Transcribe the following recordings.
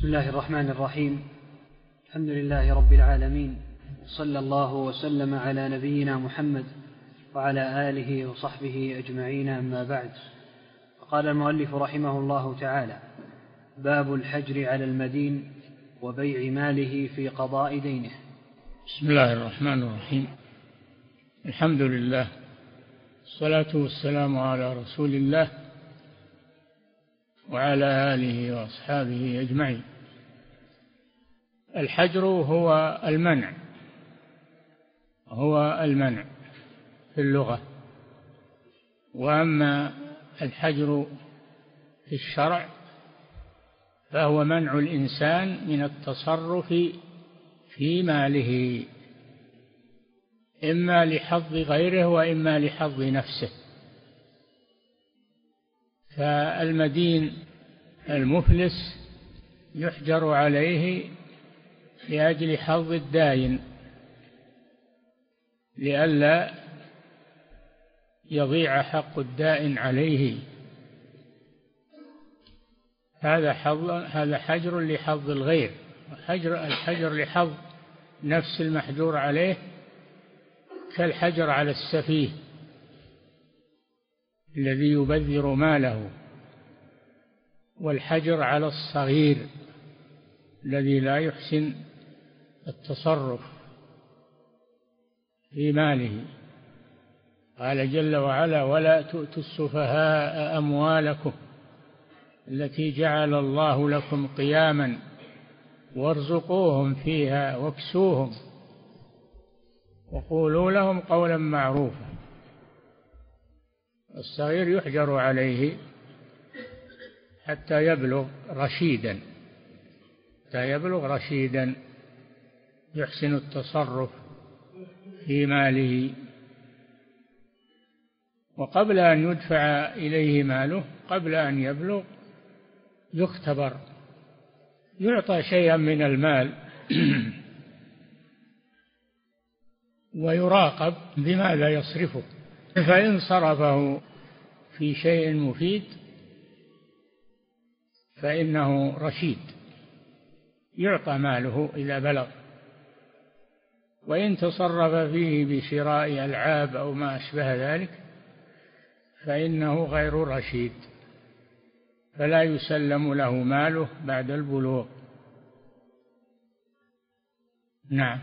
بسم الله الرحمن الرحيم. الحمد لله رب العالمين، صلى الله وسلم على نبينا محمد وعلى آله وصحبه أجمعين، أما بعد. فقال المؤلف رحمه الله تعالى: باب الحجر على المدين وبيع ماله في قضاء دينه. بسم الله الرحمن الرحيم. الحمد لله، الصلاة والسلام على رسول الله وعلى آله وأصحابه أجمعين. الحجر هو المنع في اللغة، وأما الحجر في الشرع فهو منع الإنسان من التصرف في ماله، إما لحظ غيره وإما لحظ نفسه. فالمدين المفلس يحجر عليه لأجل حظ الداين، لئلا يضيع حق الدائن عليه. هذا حجر لحظ الغير. الحجر لحظ نفس المحجور عليه كالحجر على السفيه الذي يبذر ماله، والحجر على الصغير الذي لا يحسن التصرف في ماله. قال جل وعلا: ولا تؤتوا السفهاء أموالكم التي جعل الله لكم قياما وارزقوهم فيها واكسوهم وقولوا لهم قولا معروفا. الصغير يحجر عليه حتى يبلغ رشيدا يحسن التصرف في ماله. وقبل أن يدفع إليه ماله، قبل أن يبلغ، يختبر، يعطى شيئا من المال ويراقب بماذا يصرفه، فإن صرفه في شيء مفيد فإنه رشيد يعطى ماله إذا بلغ، وإن تصرف فيه بشراء ألعاب أو ما أشبه ذلك فإنه غير رشيد، فلا يسلم له ماله بعد البلوغ. نعم.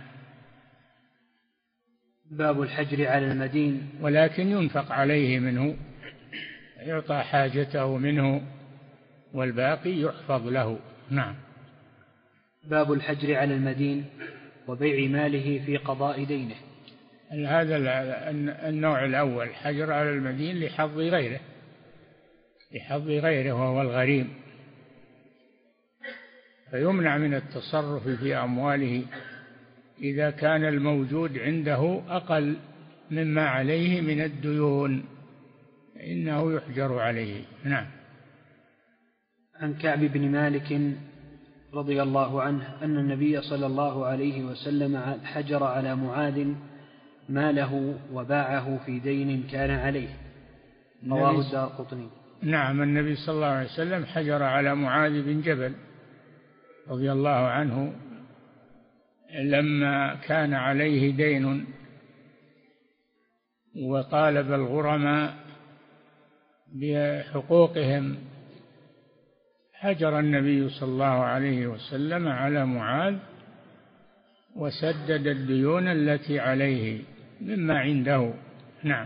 باب الحجر على المدين، ولكن ينفق عليه منه، يعطى حاجته منه والباقي يحفظ له. نعم. باب الحجر على المدين وبيع ماله في قضاء دينه. هذا النوع الأول، حجر على المدين لحظ غيره وهو الغريم، فيمنع من التصرف في أمواله إذا كان الموجود عنده أقل مما عليه من الديون، إنه يحجر عليه. نعم. عن كعب بن مالك رضي الله عنه أن النبي صلى الله عليه وسلم حجر على معاذ ماله وباعه في دين كان عليه، رواه الدارقطني. نعم، النبي صلى الله عليه وسلم حجر على معاذ بن جبل رضي الله عنه لما كان عليه دين وطالب الغرماء بحقوقهم، حجر النبي صلى الله عليه وسلم على معاذ وسدد الديون التي عليه مما عنده. نعم.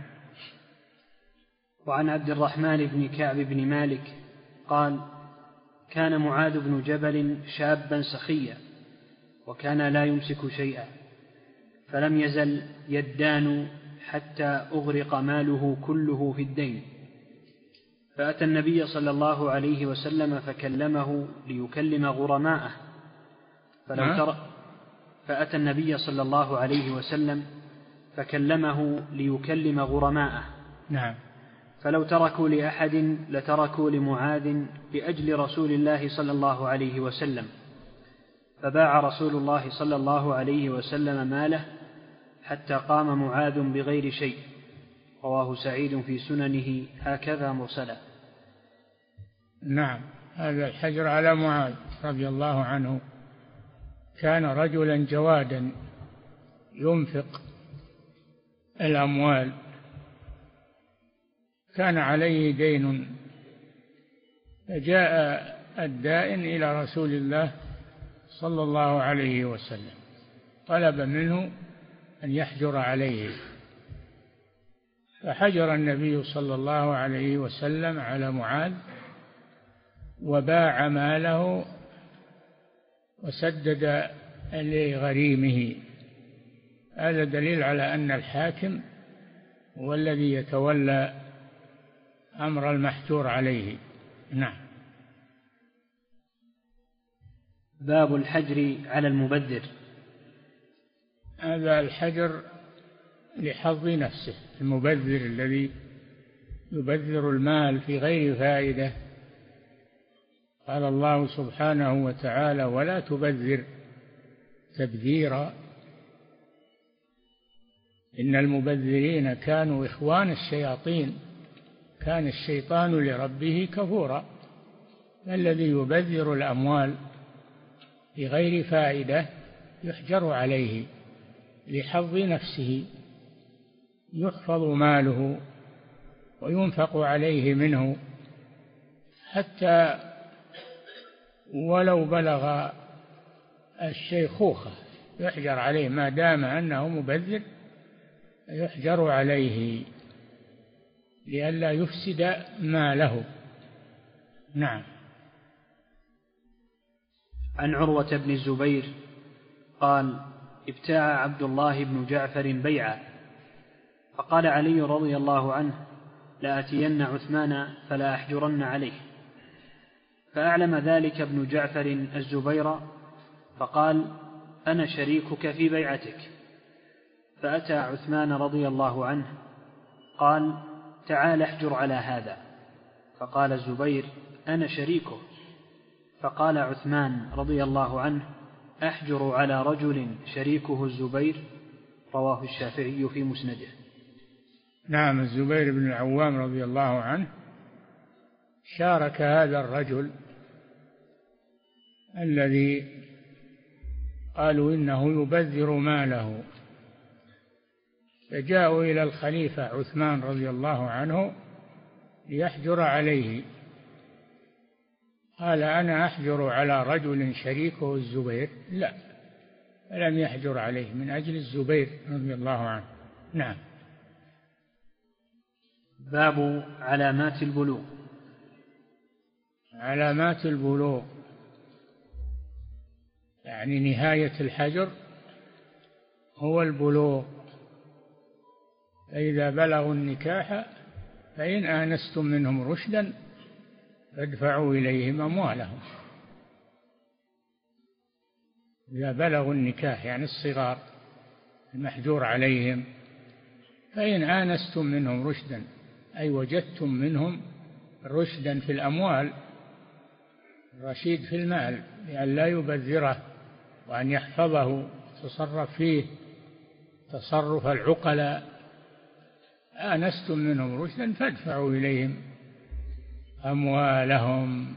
وعن عبد الرحمن بن كعب بن مالك قال: كان معاذ بن جبل شابا سخيا، وكان لا يمسك شيئا، فلم يزل يدان حتى أغرق ماله كله في الدين، فأتى النبي صلى الله عليه وسلم فكلمه ليكلم غرماءه، فأتى النبي صلى الله عليه وسلم فكلمه ليكلم غرماءه. نعم. فلو تركوا لأحد لتركوا لمعاذ لأجل رسول الله صلى الله عليه وسلم، فباع رسول الله صلى الله عليه وسلم ماله حتى قام معاذ بغير شيء، رواه سعيد في سننه هكذا مرسلا. نعم، هذا الحجر على معاذ. رضي الله عنه كان رجلا جوادا ينفق الأموال، كان عليه دين، فجاء الدائن إلى رسول الله صلى الله عليه وسلم، طلب منه أن يحجر عليه، فحجر النبي صلى الله عليه وسلم على معاذ وباع ماله وسدد لغريمه. هذا دليل على أن الحاكم هو الذي يتولى أمر المحجور عليه. نعم. باب الحجر على المبذر. هذا الحجر لحظ نفسه، المبذر الذي يبذر المال في غير فائدة. قال الله سبحانه وتعالى: ولا تبذر تبذيرا إن المبذرين كانوا إخوان الشياطين كان الشيطان لربه كفورا. الذي يبذر الأموال بغير فائدة يحجر عليه لحظ نفسه، يحفظ ماله وينفق عليه منه حتى ولو بلغ الشيخوخة يحجر عليه، ما دام أنه مبذر يحجر عليه لئلا يفسد ماله. نعم. عن عروة بن الزبير قال: ابتاع عبد الله بن جعفر بيعا، فقال علي رضي الله عنه: لآتين عثمان فلا أحجرن عليه. فأعلم ذلك ابن جعفر الزبير فقال: أنا شريكك في بيعتك. فأتى عثمان رضي الله عنه قال: تعال احجر على هذا. فقال الزبير: أنا شريكه. فقال عثمان رضي الله عنه: أحجر على رجل شريكه الزبير. رواه الشافعي في مسنده. نعم. الزبير بن العوام رضي الله عنه شارك هذا الرجل الذي قالوا إنه يبذر ماله، فجاءوا إلى الخليفة عثمان رضي الله عنه ليحجر عليه. قال: أنا أحجر على رجل شريكه الزبير. لا، لم يحجر عليه من أجل الزبير رضي الله عنه. نعم. باب علامات البلوغ. علامات البلوغ يعني نهاية الحجر هو البلوغ. فإذا بلغوا النكاح فإن آنستم منهم رشدا فادفعوا إليهم أموالهم. إذا بلغوا النكاح يعني الصغار المحجور عليهم، فإن آنستم منهم رشدا أي وجدتم منهم رشدا في الأموال، الرشيد في المال لأن لا يبذره وأن يحفظه يتصرف فيه تصرف العقلاء. آنستم منهم رشدا فادفعوا إليهم أموالهم.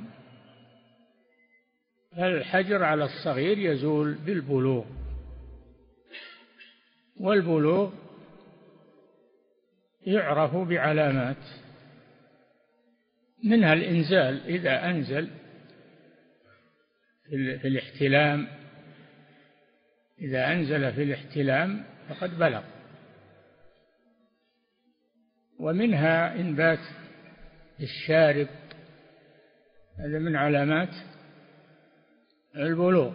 الحجر على الصغير يزول بالبلوغ، والبلوغ يعرف بعلامات، منها الإنزال، إذا أنزل في الاحتلام، إذا أنزل في الاحتلام فقد بلغ. ومنها إنبات الشارب، هذا من علامات البلوغ.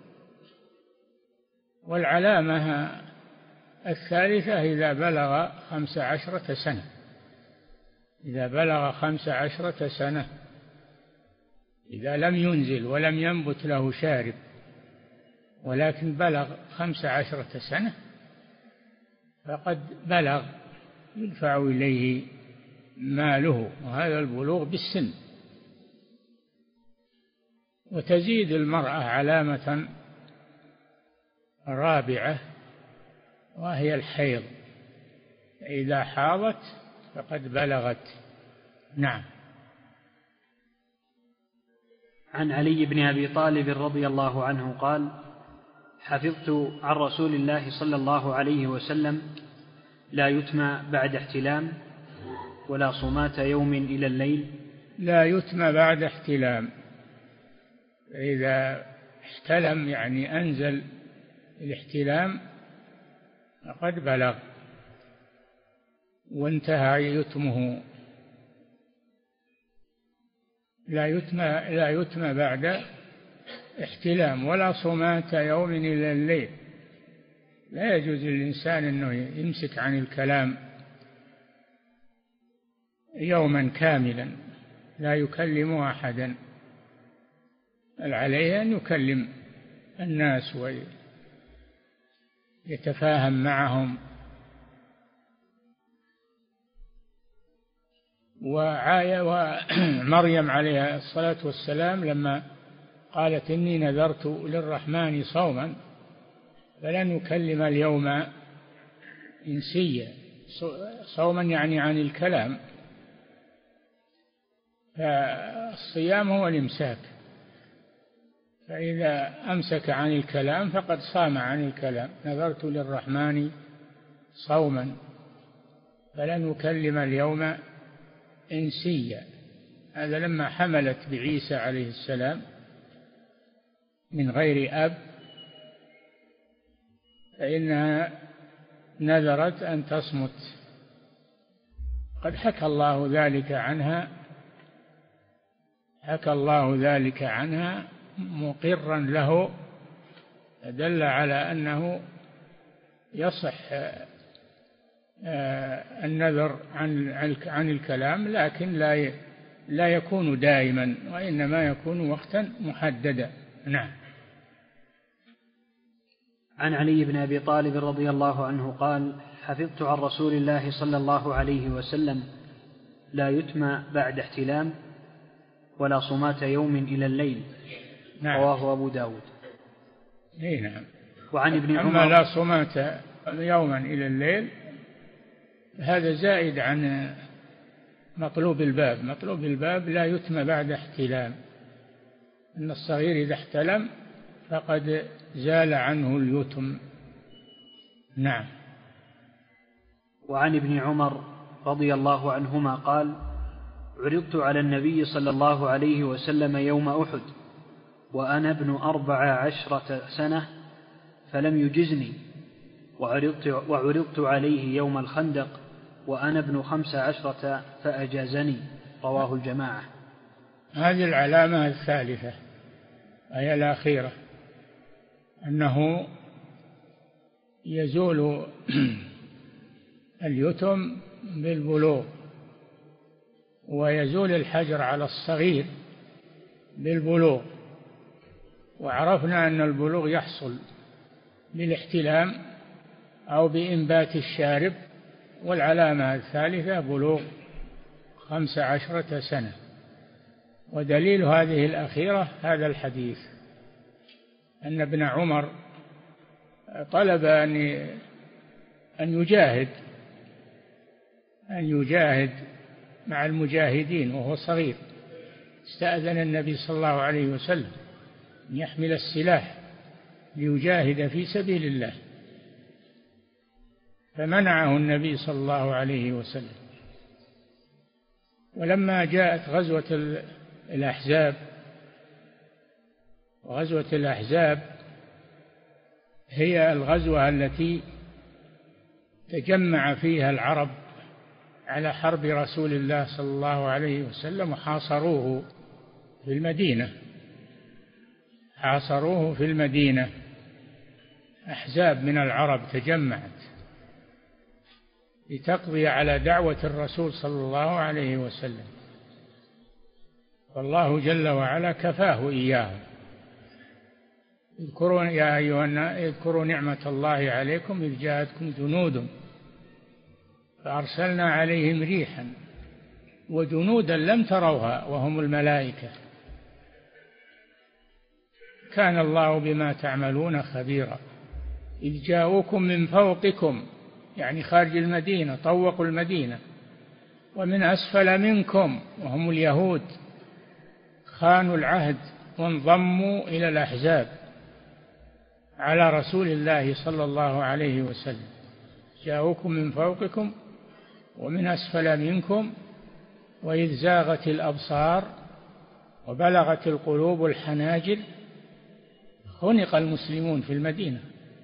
والعلامة الثالثة إذا بلغ 15 سنة، إذا بلغ 15 سنة، إذا لم ينزل ولم ينبت له شارب ولكن بلغ 15 سنة فقد بلغ، يدفع إليه ماله، وهذا البلوغ بالسن. وتزيد المرأة علامة رابعة وهي الحيض، إذا حاضت فقد بلغت. نعم. عن علي بن أبي طالب رضي الله عنه قال: حفظت عن رسول الله صلى الله عليه وسلم: لا يتمى بعد احتلام ولا صمات يوم إلى الليل. لا يتمى بعد احتلام، إذا احتلم يعني أنزل الاحتلام فقد بلغ وانتهى يتمه. لا يتمى بعد احتلام ولا صمات يوم إلى الليل. لا يجوز للإنسان أنه يمسك عن الكلام يوما كاملا لا يكلم أحدا، بل عليه أن يكلم الناس ويتفاهم معهم. ومريم عليها الصلاة والسلام لما قالت: إني نذرت للرحمن صوما فلن نكلم اليوم إنسيا. صوما يعني عن الكلام، فالصيام هو الإمساك، فإذا أمسك عن الكلام فقد صام عن الكلام. نذرت للرحمن صوما فلن نكلم اليوم إنسيا. هذا لما حملت بعيسى عليه السلام من غير أب فإنها نذرت أن تصمت. قد حكى الله ذلك عنها مقرا له، دل على أنه يصح النذر عن الكلام، لكن لا يكون دائما، وإنما يكون وقتا محددا. نعم. عن علي بن أبي طالب رضي الله عنه قال: حفظت عن رسول الله صلى الله عليه وسلم: لا يتمى بعد احتلام ولا صمات يوم إلى الليل. نعم. رواه أبو داود. نعم. وعن ابن عمر: أما لا صمات يوما إلى الليل هذا زائد عن مطلوب الباب. مطلوب الباب لا يتمى بعد احتلام، أن الصغير إذا احتلم فقد زال عنه اليتم. نعم. وعن ابن عمر رضي الله عنهما قال: عرضت على النبي صلى الله عليه وسلم يوم أحد وأنا ابن 14 سنة فلم يجزني، وعرضت عليه يوم الخندق وأنا ابن 15 فأجازني. رواه الجماعة. هذه العلامة الثالثة أي الأخيرة، أنه يزول اليتم بالبلوغ، ويزول الحجر على الصغير بالبلوغ. وعرفنا أن البلوغ يحصل بالاحتلام أو بإنبات الشارب، والعلامة الثالثة بلوغ 15 سنة. ودليل هذه الأخيرة هذا الحديث، أن ابن عمر طلب أن يجاهد مع المجاهدين وهو صغير. استأذن النبي صلى الله عليه وسلم أن يحمل السلاح ليجاهد في سبيل الله، فمنعه النبي صلى الله عليه وسلم. ولما جاءت غزوة الأحزاب، وغزوة الأحزاب هي الغزوة التي تجمع فيها العرب على حرب رسول الله صلى الله عليه وسلم وحاصروه في المدينة. أحزاب من العرب تجمعت لتقضي على دعوة الرسول صلى الله عليه وسلم، والله جل وعلا كفاه إياهم. اذكروا يا أيها الناس اذكروا نعمة الله عليكم إذ جاءتكم جنود فأرسلنا عليهم ريحا وجنودا لم تروها وهم الملائكة كان الله بما تعملون خبيرا. إذ جاءوكم من فوقكم يعني خارج المدينة، طوقوا المدينة، ومن أسفل منكم وهم اليهود خانوا العهد وانضموا إلى الأحزاب على رسول الله صلى الله عليه وسلم. جاءوكم من فوقكم ومن أسفل منكم وإذ زاغت الأبصار وبلغت القلوب الحناجر. خنق المسلمون في المدينة.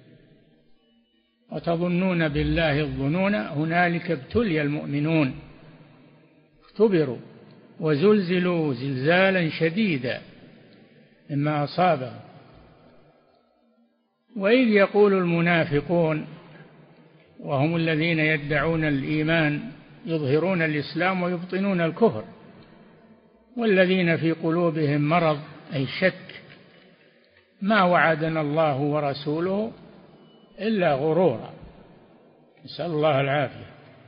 وتظنون بالله الظنون هنالك ابتلي المؤمنون اختبروا وزلزلوا زلزالا شديدا مما أصابهم. وإذ يقول المنافقون وهم الذين يدعون الإيمان يظهرون الإسلام ويبطنون الكفر والذين في قلوبهم مرض أي شك ما وعدنا الله ورسوله إلا غرورا، نسأل الله العافية.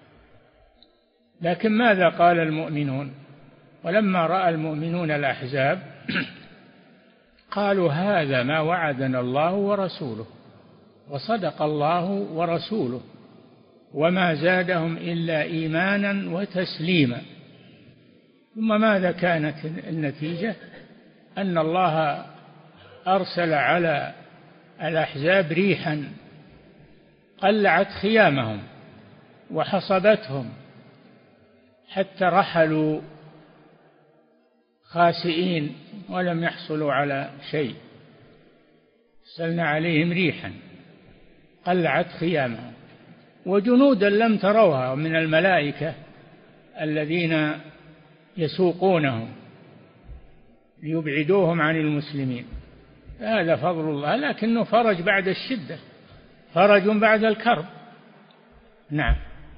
لكن ماذا قال المؤمنون ولما رأى المؤمنون الأحزاب قالوا هذا ما وعدنا الله ورسوله وصدق الله ورسوله وما زادهم إلا إيمانا وتسليما. ثم ماذا كانت النتيجة؟ أن الله أرسل على الأحزاب ريحا قلعت خيامهم وحصبتهم حتى رحلوا خاسئين ولم يحصلوا على شيء. أرسلنا عليهم ريحا قلعت خيامهم وجنودا لم تروها من الملائكة الذين يسوقونهم ليبعدوهم عن المسلمين. هذا فضل الله، لكنه فرج بعد الشدة، فرج بعد الكرب. نعم.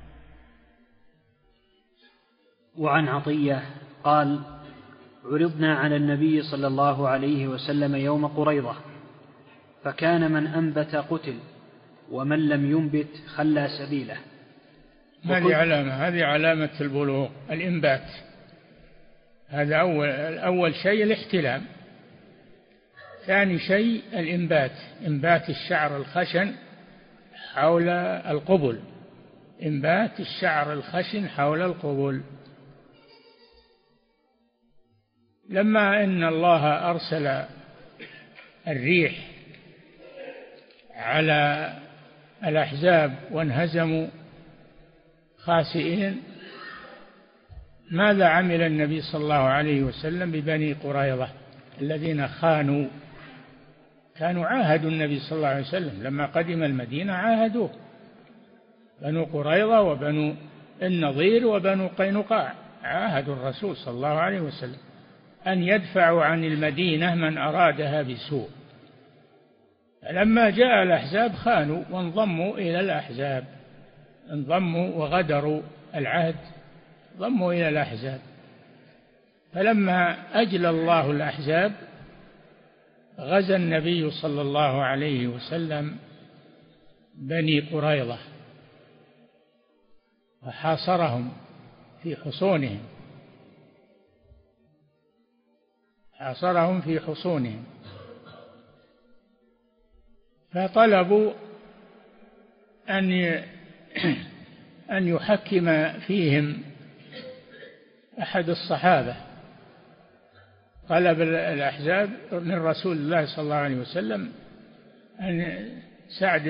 وعن عطية قال: عرضنا على النبي صلى الله عليه وسلم يوم قريضة، فكان من أنبت قتل ومن لم ينبت خلى سبيله. هذه علامة البلوغ، الإنبات. هذا أول شيء الاحتلام. ثاني شيء الإنبات، إنبات الشعر الخشن حول القبل، إنبات الشعر الخشن حول القبل. لما إن الله أرسل الريح على الأحزاب وانهزموا خاسئين، ماذا عمل النبي صلى الله عليه وسلم ببني قريظة الذين خانوا؟ كانوا عاهدوا النبي صلى الله عليه وسلم لما قدم المدينة، عاهدوه. بنو قريظة وبنو النضير وبنو قينقاع عاهدوا الرسول صلى الله عليه وسلم أن يدفعوا عن المدينة من أرادها بسوء. لما جاء الأحزاب خانوا وانضموا إلى الأحزاب، انضموا وغدروا العهد، ضموا إلى الأحزاب. فلما أجلى الله الأحزاب غزا النبي صلى الله عليه وسلم بني قريظة وحاصرهم في حصونهم، حاصرهم في حصونهم، فطلبوا أن يحكم فيهم أحد الصحابة. طلب الأحزاب من رسول الله صلى الله عليه وسلم أن سعد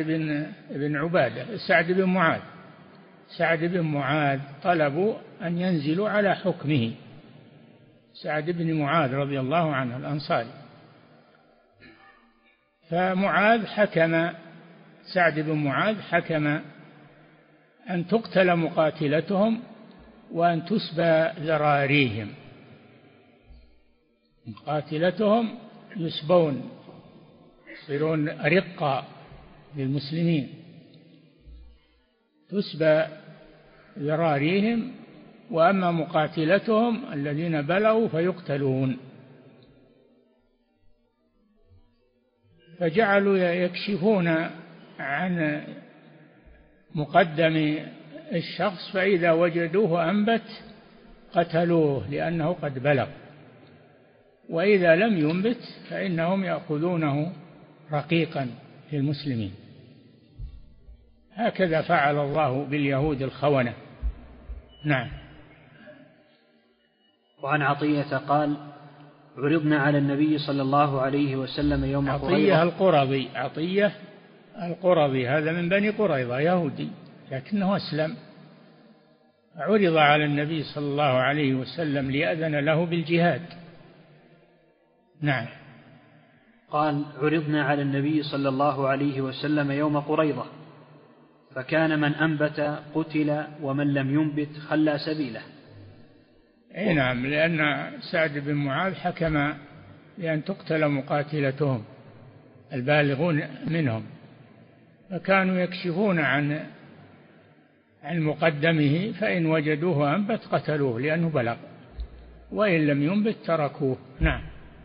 بن معاذ طلبوا أن ينزلوا على حكمه. سعد بن معاذ رضي الله عنه الأنصاري. سعد بن معاذ حكم أن تقتل مقاتلتهم وأن تسبى ذراريهم. مقاتلتهم يسبون، يصيرون رقا للمسلمين، تسبى ذراريهم، وأما مقاتلتهم الذين بلغوا فيقتلون. فجعلوا يكشفون عن مقدم الشخص، فإذا وجدوه أنبت قتلوه لأنه قد بلغ، وإذا لم ينبت فإنهم يأخذونه رقيقا للمسلمين. هكذا فعل الله باليهود الخونة. نعم. وعن عطية قال: عرضنا على النبي صلى الله عليه وسلم يوم عطية القرظي. عطية القرظي هذا من بني قريظة، يهودي لكنه أسلم. عرض على النبي صلى الله عليه وسلم ليأذن له بالجهاد. نعم. قال: عرضنا على النبي صلى الله عليه وسلم يوم قريظة، فكان من أنبت قتل ومن لم ينبت خلى سبيله. أي نعم، لأن سعد بن معاذ حكم بأن تقتل مقاتلتهم البالغون منهم، فكانوا يكشفون عن مقدمه، فإن وجدوه أنبت قتلوه لأنه بلغ، وإن لم ينبت تركوه. نعم.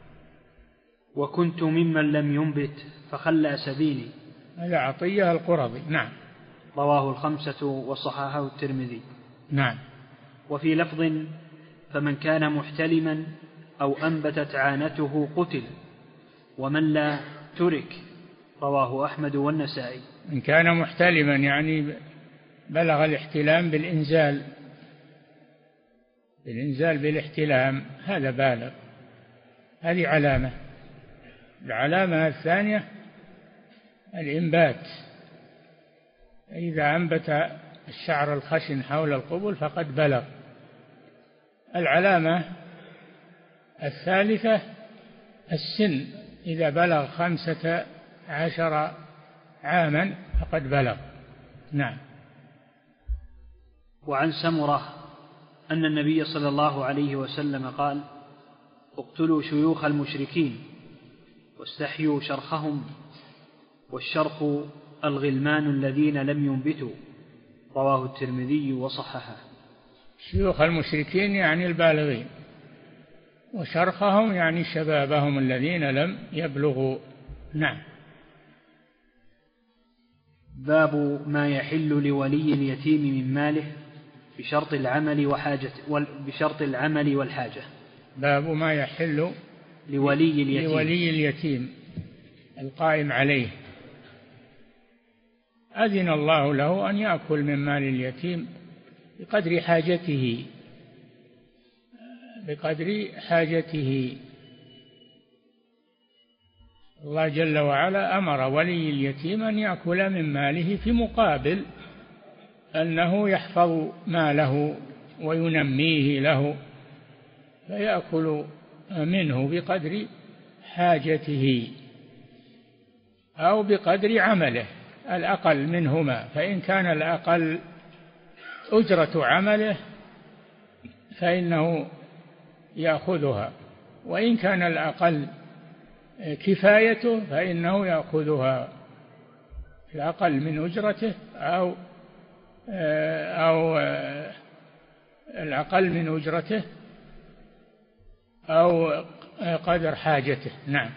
وكنت ممن لم ينبت فخلى سبيلي. هذا عطية القرظي. نعم. رواه الخمسة وصححه الترمذي. نعم. وفي لفظ: فمن كان محتلما أو أنبتت عانته قتل ومن لا ترك. رواه أحمد والنسائي. من كان محتلما يعني بلغ الاحتلام بالإنزال بالاحتلام، هذا بالغ. هذه علامة. العلامة الثانية الإنبات، إذا أنبت الشعر الخشن حول القبل فقد بلغ. العلامة الثالثة السن، إذا بلغ 15 عاما فقد بلغ. نعم. وعن سمرة أن النبي صلى الله عليه وسلم قال: اقتلوا شيوخ المشركين واستحيوا شرخهم، والشرخ الغلمان الذين لم ينبتوا. رواه الترمذي وصححه. شيوخ المشركين يعني البالغين، وشرخهم يعني شبابهم الذين لم يبلغوا. نعم. باب ما يحل لولي اليتيم من ماله بشرط العمل والحاجة. باب ما يحل لولي اليتيم القائم عليه. أذن الله له أن يأكل من مال اليتيم بقدر حاجته. الله جل وعلا أمر ولي اليتيم أن يأكل من ماله في مقابل أنه يحفظ ماله وينميه له، فيأكل منه بقدر حاجته أو بقدر عمله الأقل منهما. فإن كان الأقل أجرة عمله فإنه يأخذها، وإن كان الأقل كفايته فإنه يأخذها، الأقل من أجرته أو الأقل من أجرته أو قدر حاجته. نعم.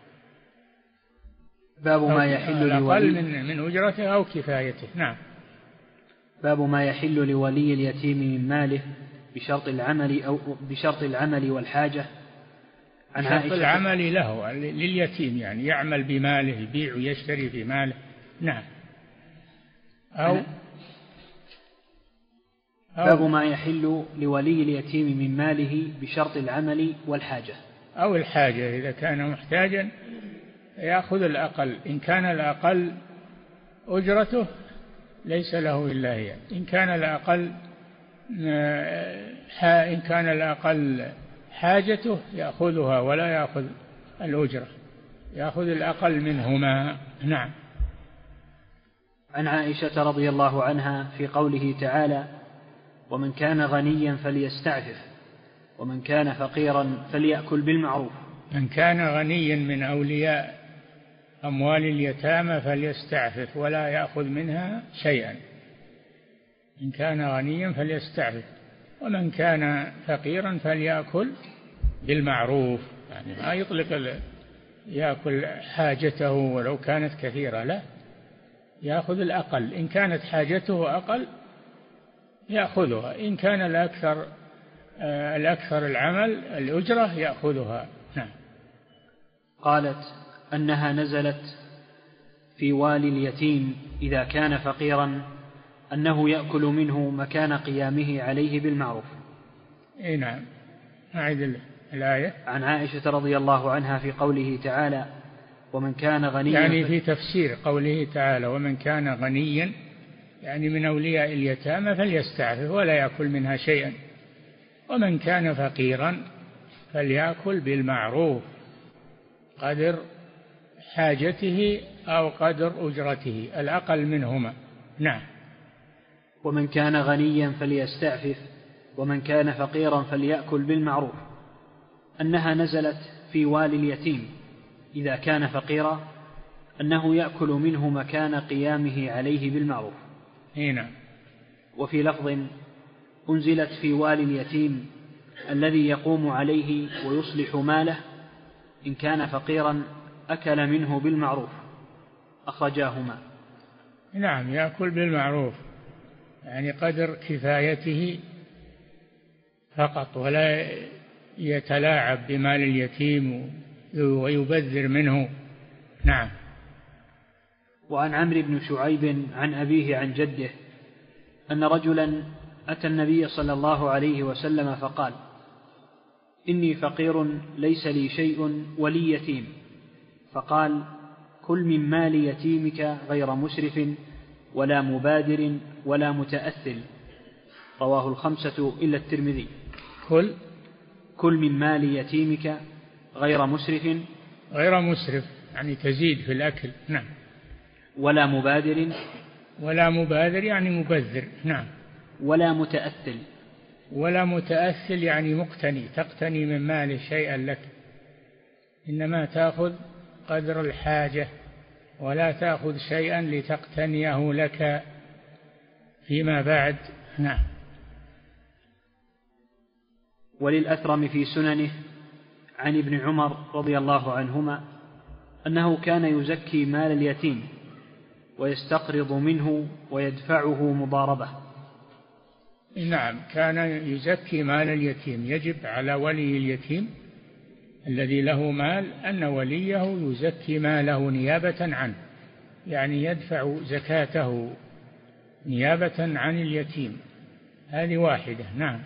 باب ما يحل الأقل من أجرته أو كفايته. نعم. باب ما يحل لولي اليتيم من ماله بشرط العمل والحاجة. عن شرط العمل له لليتيم، يعني يعمل بماله، يبيع ويشتري في ماله. نعم. باب ما يحل لولي اليتيم من ماله بشرط العمل والحاجة أو الحاجة. إذا كان محتاجا يأخذ الأقل، إن كان الأقل أجرته ليس له إلا هي، إن كان الأقل حاجته يأخذها ولا يأخذ الأجرة، يأخذ الأقل منهما. نعم. عن عائشة رضي الله عنها في قوله تعالى: ومن كان غنيا فليستعفف ومن كان فقيرا فليأكل بالمعروف. من كان غنيا من أولياء أموال اليتامى فليستعفف ولا يأخذ منها شيئا. إن كان غنيا فليستعفف، ومن كان فقيرا فليأكل بالمعروف، يعني ما يطلق يأكل حاجته ولو كانت كثيرة، لا، يأخذ الأقل. إن كانت حاجته أقل يأخذها، إن كان الأكثر العمل الأجرة يأخذها. نعم. قالت أنها نزلت في والي اليتيم إذا كان فقيرا أنه يأكل منه مكان قيامه عليه بالمعروف. نعم. الآية عن عائشة رضي الله عنها في قوله تعالى ومن كان غنيا، يعني في تفسير قوله تعالى ومن كان غنيا يعني من أولياء اليتامى فليستعفف ولا يأكل منها شيئا، ومن كان فقيرا فليأكل بالمعروف قدر حاجته أو قدر أجرته الأقل منهما. نعم. ومن كان غنيا فليستعفف ومن كان فقيرا فليأكل بالمعروف، أنها نزلت في والي اليتيم إذا كان فقيرا أنه يأكل منه مكان قيامه عليه بالمعروف. هنا. وفي لفظ أنزلت في والي اليتيم الذي يقوم عليه ويصلح ماله إن كان فقيرا أكل منه بالمعروف، أخرجاهما. نعم، يأكل بالمعروف يعني قدر كفايته فقط، ولا يتلاعب بمال اليتيم ويبذر منه. نعم. وعن عمرو بن شعيب عن أبيه عن جده أن رجلا أتى النبي صلى الله عليه وسلم فقال إني فقير ليس لي شيء ولي يتيم، فقال كل من مال يتيمك غير مسرف ولا مبادر ولا متأثل، رواه الخمسة إلا الترمذي. كل من مال يتيمك غير مسرف، غير مسرف يعني تزيد في الأكل. نعم. ولا مبادر، ولا مبادر يعني مبذر. نعم. ولا متأثل، ولا متأثل يعني مقتني، تقتني من مال شيئا لك، إنما تأخذ قدر الحاجة ولا تأخذ شيئا لتقتنيه لك فيما بعد. نعم. وللأثرم في سننه عن ابن عمر رضي الله عنهما أنه كان يزكي مال اليتيم ويستقرض منه ويدفعه مضاربة. نعم، كان يزكي مال اليتيم. يجب على ولي اليتيم الذي له مال أن وليه يزكي ماله نيابة عنه، يعني يدفع زكاته نيابة عن اليتيم. هذه واحدة. نعم.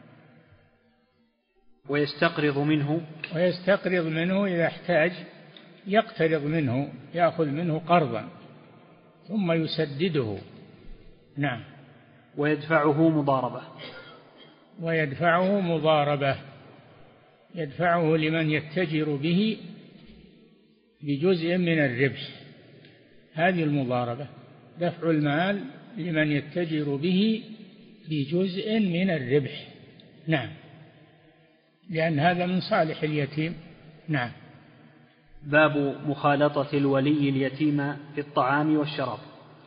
ويستقرض منه، ويستقرض منه إذا احتاج يقترض منه، يأخذ منه قرضا ثم يسدده. نعم. ويدفعه مضاربة، ويدفعه مضاربة، يدفعه لمن يتجر به بجزء من الربح. هذه المضاربة، دفع المال لمن يتجر به بجزء من الربح. نعم، لأن هذا من صالح اليتيم. نعم. باب مخالطة الولي اليتيم في الطعام والشراب.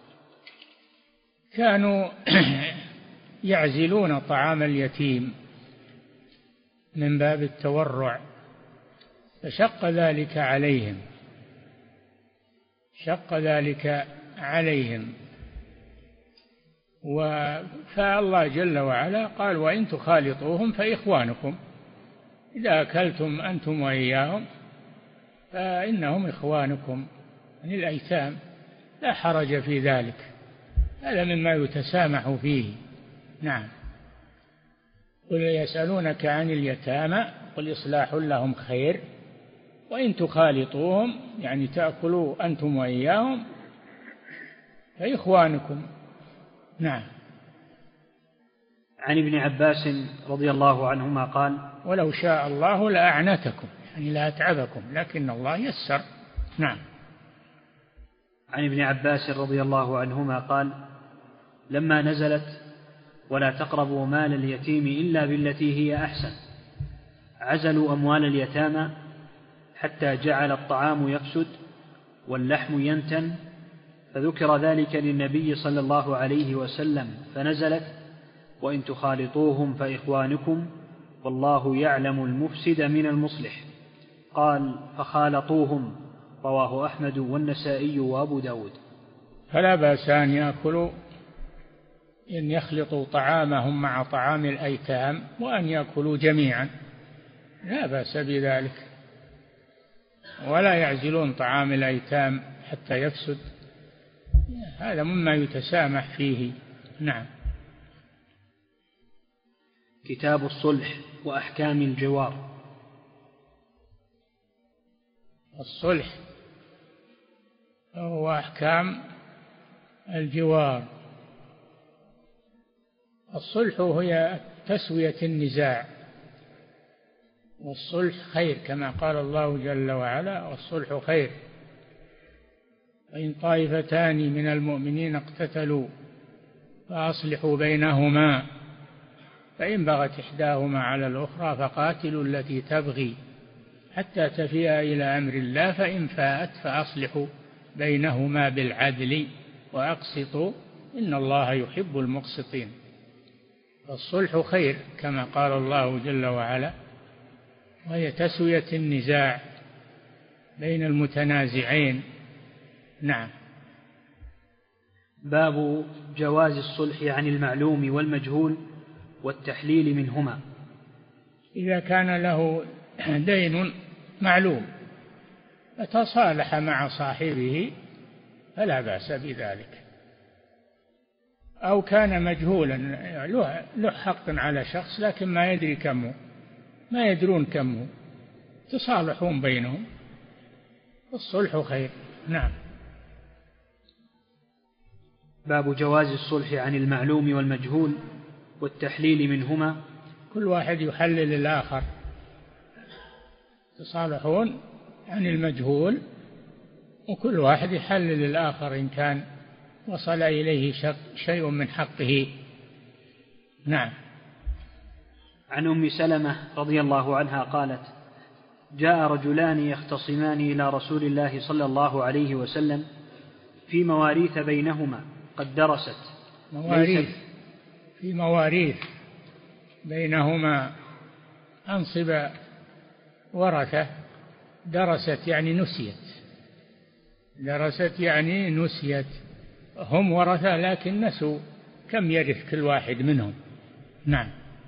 كانوا يعزلون طعام اليتيم من باب التورع، فشق ذلك عليهم، شق ذلك عليهم. فالله جل وعلا قال وإن تخالطوهم فإخوانكم، إذا أكلتم أنتم وإياهم فإنهم إخوانكم، يعني الأيتام، لا حرج في ذلك، هذا مما يتسامح فيه. نعم. قل يسألونك عن اليتامى قل إصلاح لهم خير وإن تخالطوهم يعني تأكلوا أنتم وإياهم فإخوانكم. نعم. عن ابن عباس رضي الله عنهما قال ولو شاء الله لأعنتكم يعني لا أتعبكم لكن الله يسر. نعم. عن ابن عباس رضي الله عنهما قال لما نزلت ولا تقربوا مال اليتيم إلا بالتي هي أحسن عزلوا أموال اليتامى حتى جعل الطعام يفسد واللحم ينتن، فذكر ذلك للنبي صلى الله عليه وسلم فنزلت وإن تخالطوهم فإخوانكم والله يعلم المفسد من المصلح، قال فخالطوهم، رواه أحمد والنسائي وأبو داود. فلا بأس أن يأكلوا، إن يخلطوا طعامهم مع طعام الأيتام وأن يأكلوا جميعا، لا بأس بذلك، ولا يعزلون طعام الأيتام حتى يفسد، هذا مما يتسامح فيه. نعم. كتاب الصلح وأحكام الجوار. الصلح هو أحكام الجوار. الصلح هي تسوية النزاع، والصلح خير كما قال الله جل وعلا: والصلح خير. وإن طائفتان من المؤمنين اقتتلوا فأصلحوا بينهما، فإن بغت إحداهما على الأخرى فقاتلوا التي تبغي حتى تفيء إلى أمر الله، فإن فاءت فأصلحوا بينهما بالعدل وأقسطوا إن الله يحب المقسطين. الصلح خير كما قال الله جل وعلا، وهي تسوية النزاع بين المتنازعين. نعم. باب جواز الصلح عن المعلوم والمجهول والتحليل منهما. إذا كان له دين معلوم فتصالح مع صاحبه فلا بأس بذلك، أو كان مجهولا له حق على شخص لكن ما يدري كمه، ما يدرون كمه، تصالحون بينهم، الصلح خير. نعم. باب جواز الصلح عن المعلوم والمجهول والتحليل منهما. كل واحد يحلل الآخر، تصالحون عن المجهول وكل واحد يحلل الآخر إن كان وصل إليه شيء من حقه. نعم. عن أم سلمة رضي الله عنها قالت: جاء رجلان يختصمان إلى رسول الله صلى الله عليه وسلم في مواريث بينهما قد درست. في مواريث بينهما أنصب ورثة. درست يعني نسيت، درست يعني نسيت، هم ورثة لكن نسوا كم يرث كل واحد منهم. نعم.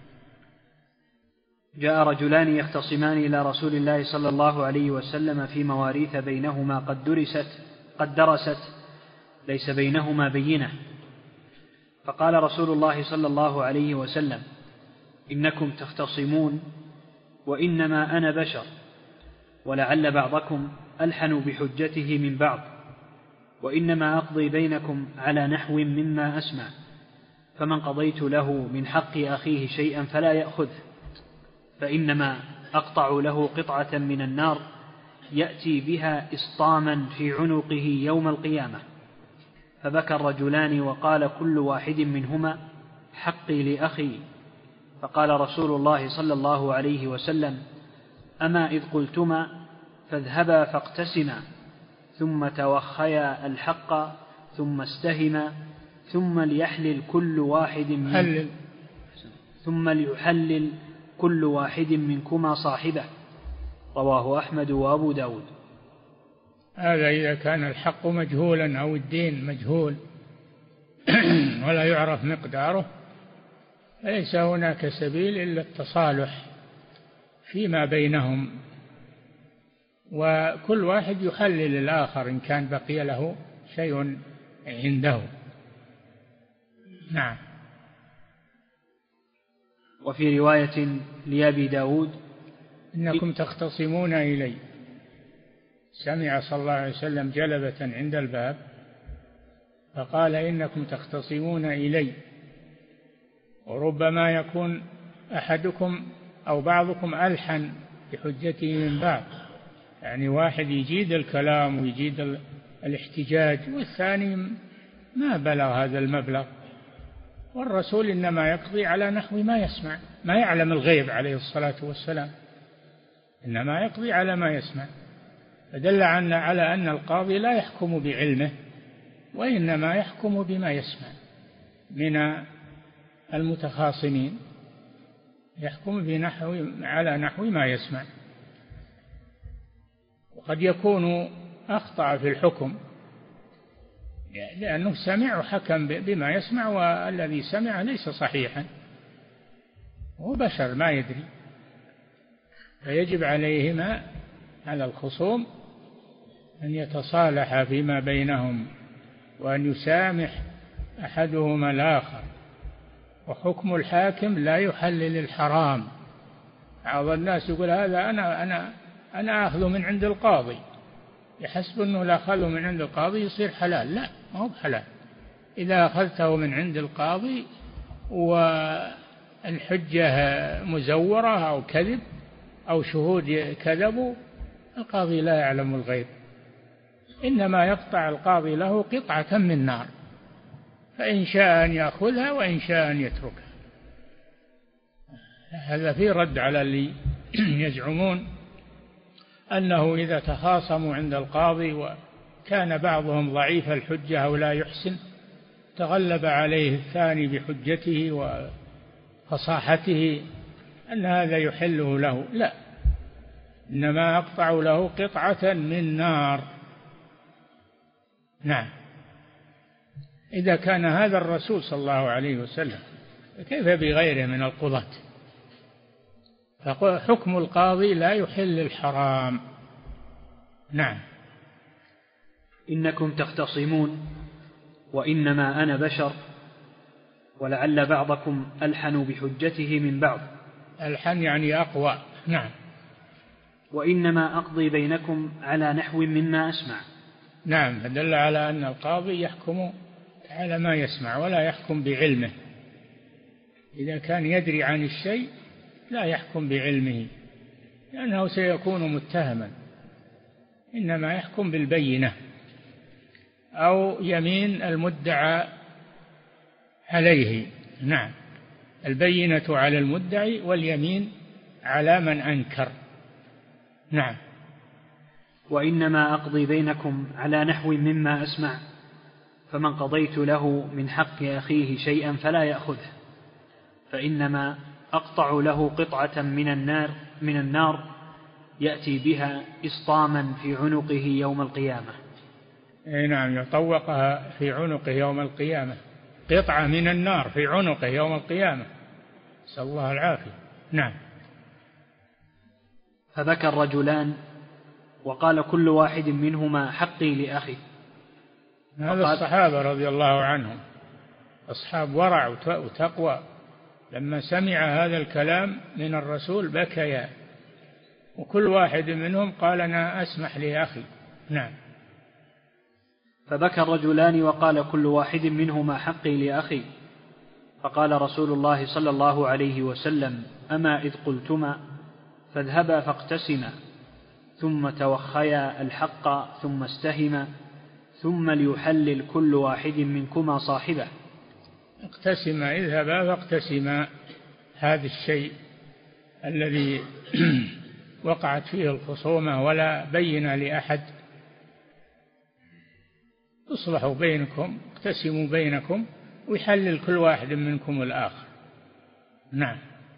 جاء رجلان يختصمان إلى رسول الله صلى الله عليه وسلم في مواريث بينهما قد درست ليس بينهما بينة، فقال رسول الله صلى الله عليه وسلم: إنكم تختصمون وإنما أنا بشر، ولعل بعضكم ألحن بحجته من بعض، وإنما أقضي بينكم على نحو مما أسمع، فمن قضيت له من حق أخيه شيئا فلا يأخذه، فإنما أقطع له قطعة من النار يأتي بها إسطاما في عنقه يوم القيامة. فبكى الرجلان وقال كل واحد منهما: حقي لأخي. فقال رسول الله صلى الله عليه وسلم: أما إذ قلتما فاذهبا فاقتسما، ثم توخيا الحق ثم استهما، ثم ليحلل كل واحد منكما صاحبه. رواه أحمد وأبو داود. هذا إذا كان الحق مجهولا أو الدين مجهول ولا يعرف مقداره فليس هناك سبيل إلا التصالح فيما بينهم، وكل واحد يحلل الآخر إن كان بقي له شيء عنده. نعم. وفي رواية لأبي داود: إنكم تختصمون إلي. سمع صلى الله عليه وسلم جلبة عند الباب فقال: إنكم تختصمون إلي. وربما يكون أحدكم أو بعضكم ألحن بحجته من بعض، يعني واحد يجيد الكلام ويجيد الاحتجاج والثاني ما بلغ هذا المبلغ، والرسول إنما يقضي على نحو ما يسمع، ما يعلم الغيب عليه الصلاة والسلام، إنما يقضي على ما يسمع. فدل على أن القاضي لا يحكم بعلمه وإنما يحكم بما يسمع من المتخاصمين، يحكم على نحو ما يسمع. وقد يكون أخطأ في الحكم لأنه سمع وحكم بما يسمع، والذي سمع ليس صحيحا، هو بشر ما يدري. فيجب عليهما على الخصوم أن يتصالحا فيما بينهم وأن يسامح أحدهما الآخر. وحكم الحاكم لا يحلل الحرام. بعض الناس يقول: هذا أنا أخذ من عند القاضي، يحسب أنه لا أخذه من عند القاضي يصير حلال. لا، ما هو بحلال. إذا أخذته من عند القاضي والحجة مزورة أو كذب أو شهود كذبوا، القاضي لا يعلم الغيب، إنما يقطع القاضي له قطعة من نار، فإن شاء أن يأخذها وإن شاء أن يتركها. هذا في رد على اللي يزعمون أنه إذا تخاصموا عند القاضي وكان بعضهم ضعيف الحجة أو لا يحسن، تغلب عليه الثاني بحجته وفصاحته، أن هذا يحله له. لا، إنما أقطع له قطعة من نار. نعم. إذا كان هذا الرسول صلى الله عليه وسلم كيف بغيره من القضاة؟ فحكم القاضي لا يحل الحرام. نعم. إنكم تختصمون وإنما أنا بشر ولعل بعضكم ألحن بحجته من بعض. ألحن يعني أقوى. نعم. وإنما أقضي بينكم على نحو مما أسمع. نعم، فدل على أن القاضي يحكم على ما يسمع ولا يحكم بعلمه. إذا كان يدري عن الشيء لا يحكم بعلمه لأنه سيكون متهما، إنما يحكم بالبينة أو يمين المدعى عليه. نعم، البينة على المدعي واليمين على من أنكر. نعم. وإنما أقضي بينكم على نحو مما أسمع، فمن قضيت له من حق أخيه شيئا فلا يأخذه، فإنما أقطع له قطعة من النار يأتي بها إسطاما في عنقه يوم القيامة. نعم، يطوقها في عنقه يوم القيامة، قطعة من النار في عنقه يوم القيامة، نسأل الله العافية. نعم. فبكى الرجلان وقال كل واحد منهما حقي لأخي. هذا الصحابة رضي الله عنهم أصحاب ورع وتقوى، لما سمع هذا الكلام من الرسول بكيا، وكل واحد منهم قال أنا أسمح لأخي. نعم. فبكى الرجلان وقال كل واحد منهما حقي لأخي. فقال رسول الله صلى الله عليه وسلم أما إذ قلتما فاذهبا فاقتسما ثم توخيا الحق ثم استهما ثم ليحلل كل واحد منكما صاحبه. اقتسما، اذهبا فاقتسما هذا الشيء الذي وقعت فيه الخصومة ولا بين لأحد، اصلحوا بينكم، اقتسموا بينكم ويحلل كل واحد منكم الآخر. نعم.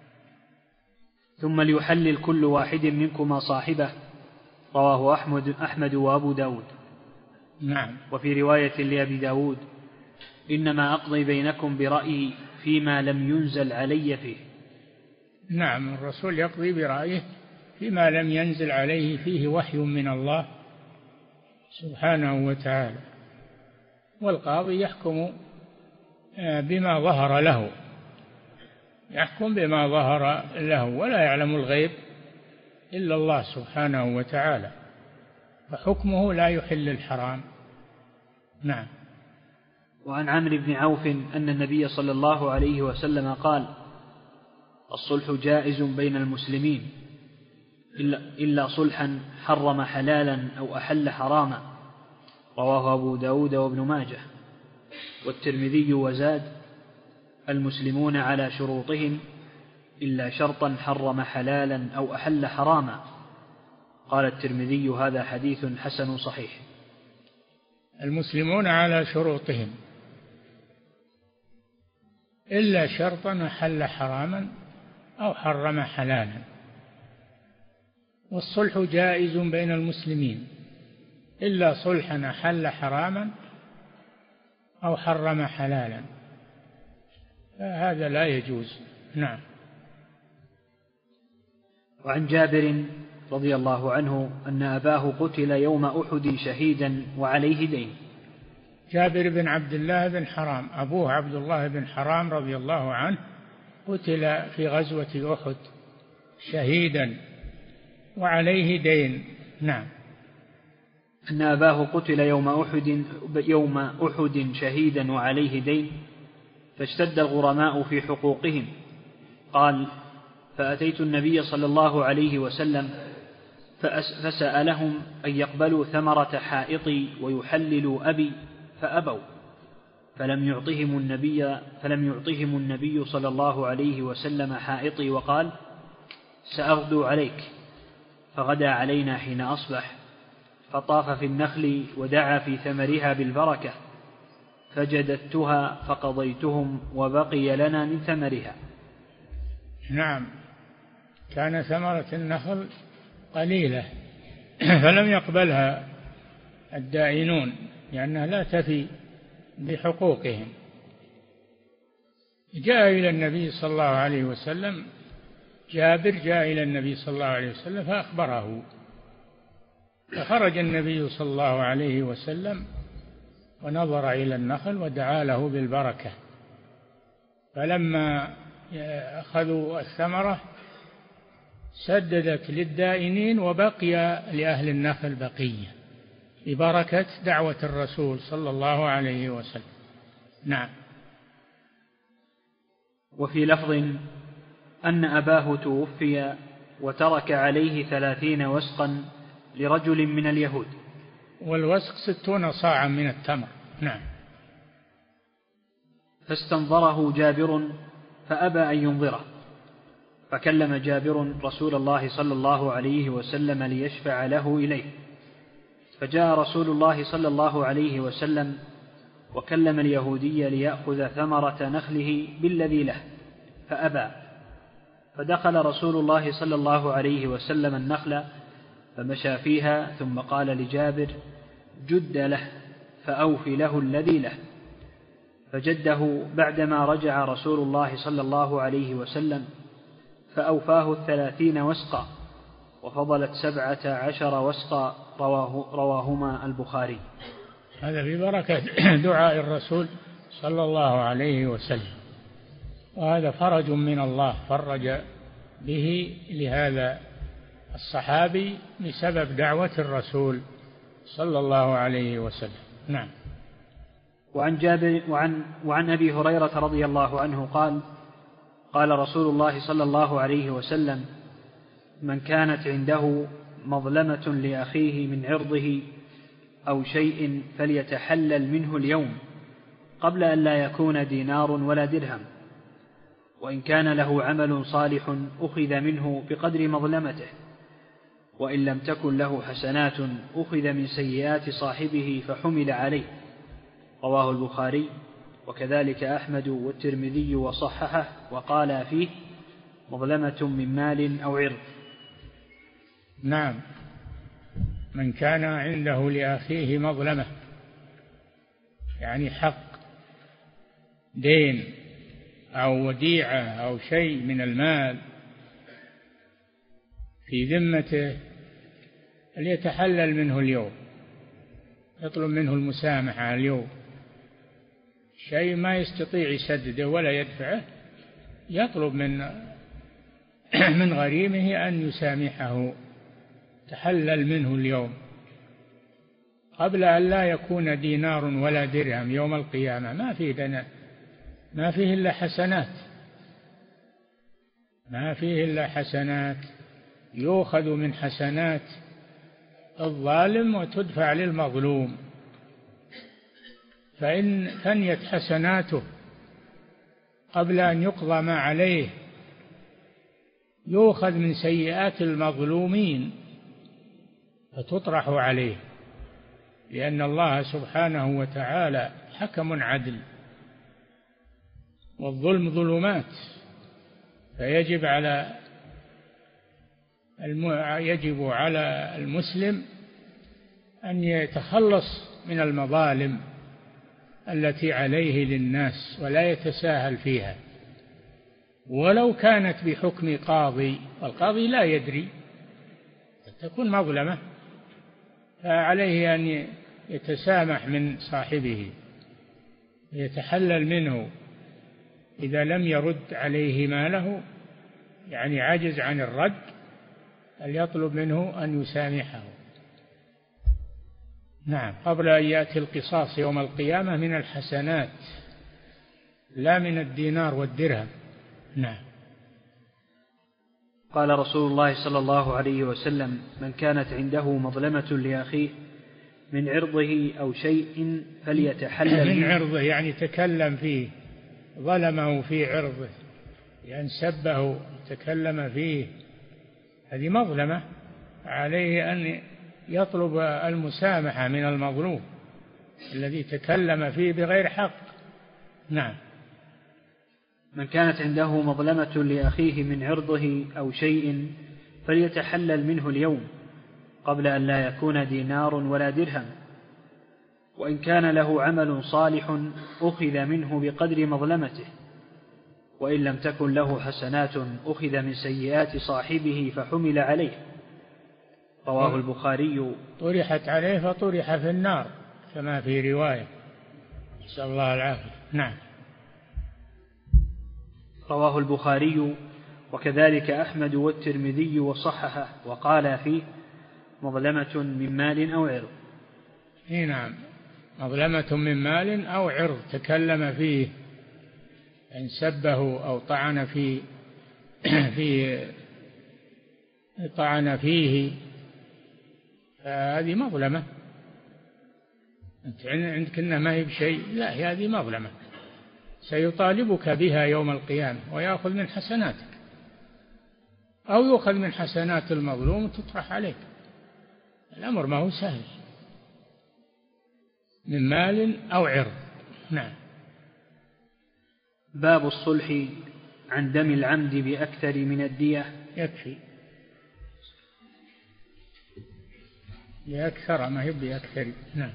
ثم ليحلل كل واحد منكما صاحبه. رواه أحمد وأبو داود. نعم. وفي رواية لأبي داود إنما أقضي بينكم برأيي فيما لم ينزل علي فيه. نعم، الرسول يقضي برأيه فيما لم ينزل عليه فيه وحي من الله سبحانه وتعالى، والقاضي يحكم بما ظهر له، يحكم بما ظهر له، ولا يعلم الغيب إلا الله سبحانه وتعالى، فحكمه لا يحل الحرام. نعم. وعن عمرو بن عوف أن النبي صلى الله عليه وسلم قال الصلح جائز بين المسلمين إلا صلحا حرم حلالا أو أحل حراما. رواه أبو داود وابن ماجه والترمذي وزاد المسلمون على شروطهم إلا شرطا حرم حلالا أو أحل حراما. قال الترمذي هذا حديث حسن صحيح. المسلمون على شروطهم إلا شرطا أحل حراما أو حرم حلالا، والصلح جائز بين المسلمين إلا صلحا أحل حراما أو حرم حلالا، فهذا لا يجوز. نعم. وعن جابر رضي الله عنه أن أباه قتل يوم أحد شهيدا وعليه دين. جابر بن عبد الله بن حرام، أبوه عبد الله بن حرام رضي الله عنه، قتل في غزوة أحد شهيدا وعليه دين. نعم. أن أباه قتل يوم أحد شهيدا وعليه دين، فاشتد الغرماء في حقوقهم. قال: فأتيت النبي صلى الله عليه وسلم فسألهم أن يقبلوا ثمرة حائطي ويحللوا أبي، فأبوا، فلم يعطهم النبي صلى الله عليه وسلم حائطي، وقال: سأغدو عليك. فغدا علينا حين أصبح، فطاف في النخل ودعا في ثمرها بالبركة، فجددتها فقضيتهم وبقي لنا من ثمرها. نعم، كان ثمرة النخل قليلة فلم يقبلها الدائنون لأنها لا تفي بحقوقهم. جاء إلى النبي صلى الله عليه وسلم جابر جاء إلى النبي صلى الله عليه وسلم فأخبره، فخرج النبي صلى الله عليه وسلم ونظر إلى النخل ودعا له بالبركة، فلما أخذوا الثمرة سددت للدائنين وبقي لأهل النخل بقية ببركة دعوة الرسول صلى الله عليه وسلم. نعم. وفي لفظ أن أباه توفي وترك عليه 30 وسقا لرجل من اليهود، والوسق 60 صاعا من التمر. نعم. فاستنظره جابر فأبى أن ينظره، فكلم جابر رسول الله صلى الله عليه وسلم ليشفع له إليه، فجاء رسول الله صلى الله عليه وسلم وكلم اليهودي ليأخذ ثمرة نخله بالذي له، فأبى، فدخل رسول الله صلى الله عليه وسلم النخل فمشى فيها، ثم قال لجابر: جد له فأوفي له الذي له. فجده بعدما رجع رسول الله صلى الله عليه وسلم فأوفاه 30 وسقا، وفضلت 17 وسقا، رواهما البخاري. هذا ببركة دعاء الرسول صلى الله عليه وسلم، وهذا فرج من الله فرج به لهذا الصحابي بسبب دعوة الرسول صلى الله عليه وسلم. نعم. وعن جابر وعن أبي هريرة رضي الله عنه قال: قال رسول الله صلى الله عليه وسلم: من كانت عنده مظلمة لأخيه من عرضه أو شيء فليتحلل منه اليوم قبل أن لا يكون دينار ولا درهم، وإن كان له عمل صالح أخذ منه بقدر مظلمته، وإن لم تكن له حسنات أخذ من سيئات صاحبه فحمل عليه. رواه البخاري، وكذلك أحمد والترمذي وصححه، وقال فيه: مظلمة من مال أو عرض. نعم. من كان عنده لأخيه مظلمة يعني حق، دين أو وديعة أو شيء من المال في ذمته فليتحلل منه اليوم، يطلب منه المسامحة اليوم. شيء ما يستطيع يسدده ولا يدفعه يطلب من غريمه أن يسامحه، تحلل منه اليوم قبل أن لا يكون دينار ولا درهم يوم القيامة. ما فيه إلا حسنات، ما فيه إلا حسنات، يؤخذ من حسنات الظالم وتدفع للمظلوم، فإن فنيت حسناته قبل أن يقضى ما عليه يؤخذ من سيئات المظلومين فتطرح عليه، لأن الله سبحانه وتعالى حكم عدل، والظلم ظلمات، فيجب على المسلم أن يتخلص من المظالم التي عليه للناس ولا يتساهل فيها، ولو كانت بحكم قاضي، والقاضي لا يدري، تكون مظلمة، فعليه أن يتسامح من صاحبه، يتحلل منه إذا لم يرد عليه ماله، يعني عجز عن الرد، فليطلب منه أن يسامحه. نعم، قبل أن يأتي القصاص يوم القيامة من الحسنات لا من الدينار والدرهم. نعم. قال رسول الله صلى الله عليه وسلم: من كانت عنده مظلمة لأخيه من عرضه أو شيء فليتحلل من عرضه يعني تكلم فيه، ظلمه في عرضه، يعني سبه تكلم فيه، هذه مظلمة، عليه أن يطلب المسامحة من المظلوم الذي تكلم فيه بغير حق. نعم. من كانت عنده مظلمة لأخيه من عرضه أو شيء فليتحلل منه اليوم قبل أن لا يكون دينار ولا درهم، وإن كان له عمل صالح أخذ منه بقدر مظلمته، وإن لم تكن له حسنات أخذ من سيئات صاحبه فحمل عليه. رواه البخاري. طرحت عليه فطرح في النار كما في رواية، نسأل الله العافية. نعم. رواه البخاري وكذلك أحمد والترمذي وصححه وقال فيه: مظلمة من مال أو عرض. نعم، مظلمة من مال أو عرض تكلم فيه، إن سبه أو طعن طعن فيه، هذه مظلمة. أنت عندك إنها ما هي بشيء، لا، هذه مظلمة سيطالبك بها يوم القيامة ويأخذ من حسناتك، أو يؤخذ من حسنات المظلوم وتطرح عليك. الأمر ما هو سهل. من مال أو عرض. نعم. باب الصلح عن دم العمد بأكثر من الدية. يكفي بأكثر، ما هي بأكثر. نعم.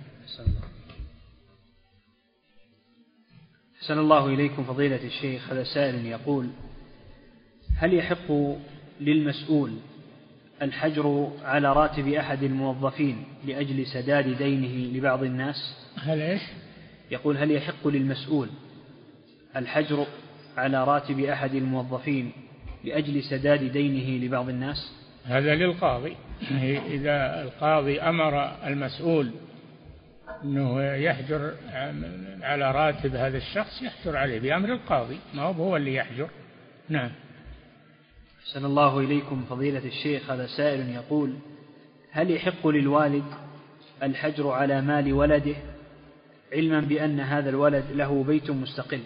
أحسن الله إليكم فضيلة الشيخ. هذا سائل يقول: هل يحق للمسؤول الحجر على راتب أحد الموظفين لأجل سداد دينه لبعض الناس؟ هل إيش؟ يقول: هل يحق للمسؤول الحجر على راتب أحد الموظفين لأجل سداد دينه لبعض الناس؟ هذا للقاضي. إذا القاضي أمر المسؤول أنه يحجر على راتب هذا الشخص يحجر عليه بأمر القاضي، ما هو اللي يحجر. نعم. أحسن الله إليكم فضيلة الشيخ. هذا سائل يقول: هل يحق للوالد الحجر على مال ولده علما بأن هذا الولد له بيت مستقل؟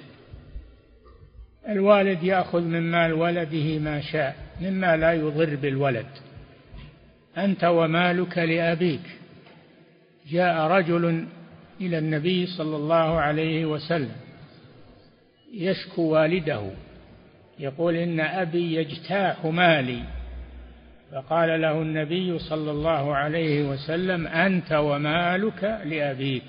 الوالد يأخذ من مال ولده ما شاء مما لا يضر بالولد. أنت ومالك لأبيك. جاء رجل إلى النبي صلى الله عليه وسلم يشكو والده، يقول: إن أبي يجتاح مالي. فقال له النبي صلى الله عليه وسلم: أنت ومالك لأبيك.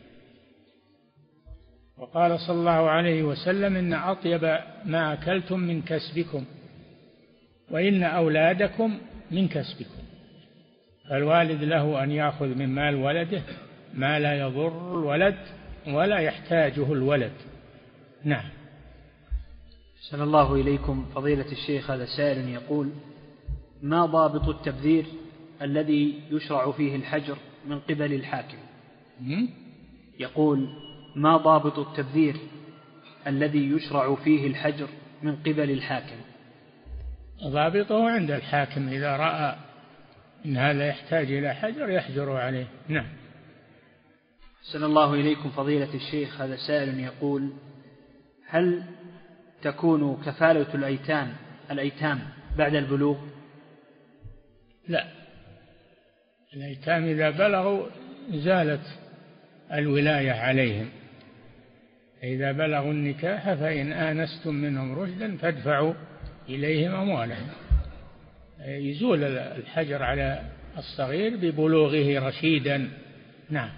وقال صلى الله عليه وسلم: إن أطيب ما أكلتم من كسبكم، وإن أولادكم من كسبكم. فالوالد له أن يأخذ من مال ولده ما لا يضر الولد ولا يحتاجه الولد. نعم. أحسن الله إليكم فضيلة الشيخ. هذا سائل يقول: ما ضابط التبذير الذي يشرع فيه الحجر من قبل الحاكم؟ يقول: ما ضابط التبذير الذي يشرع فيه الحجر من قبل الحاكم؟ ضابطه عند الحاكم، إذا رأى إن هذا يحتاج إلى حجر يحجر عليه. نعم. أحسن الله إليكم فضيلة الشيخ. هذا سائل يقول: هل تكون كفالة الأيتام بعد البلوغ؟ لا، الأيتام إذا بلغوا زالت الولاية عليهم. إذا بلغوا النكاح فإن آنستم منهم رشدا فادفعوا إليهم أموالهم. يزول الحجر على الصغير ببلوغه رشيدا. نعم.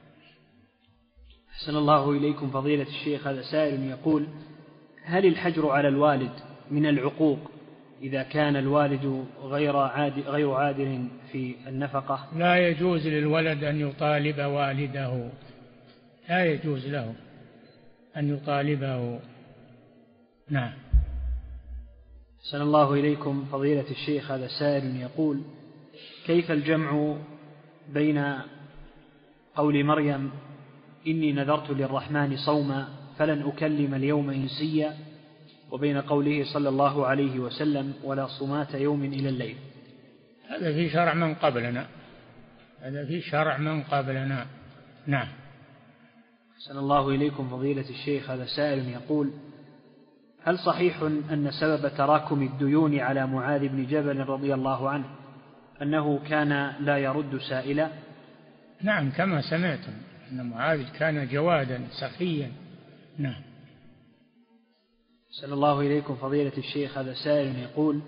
أحسن الله إليكم فضيلة الشيخ. هذا سائل يقول: هل الحجر على الوالد من العقوق إذا كان الوالد غير عادل في النفقة؟ لا يجوز للولد أن يطالب والده، لا يجوز له أن يطالبه. نعم. أحسن الله إليكم فضيلة الشيخ. هذا سائل يقول: كيف الجمع بين قول مريم إني نذرت للرحمن صوما فلن أكلم اليوم إنسيا، وبين قوله صلى الله عليه وسلم ولا صمات يوم إلى الليل. هذا في شرع من قبلنا، هذا في شرع من قبلنا. نعم. أحسن الله إليكم فضيلة الشيخ. هذا سائل يقول: هل صحيح أن سبب تراكم الديون على معاذ بن جبل رضي الله عنه أنه كان لا يرد سائلا؟ نعم، كما سمعتم أن معاذ كان جوادا سخيا. نعم. أحسن الله إليكم فضيلة الشيخ. هذا سائل يقول: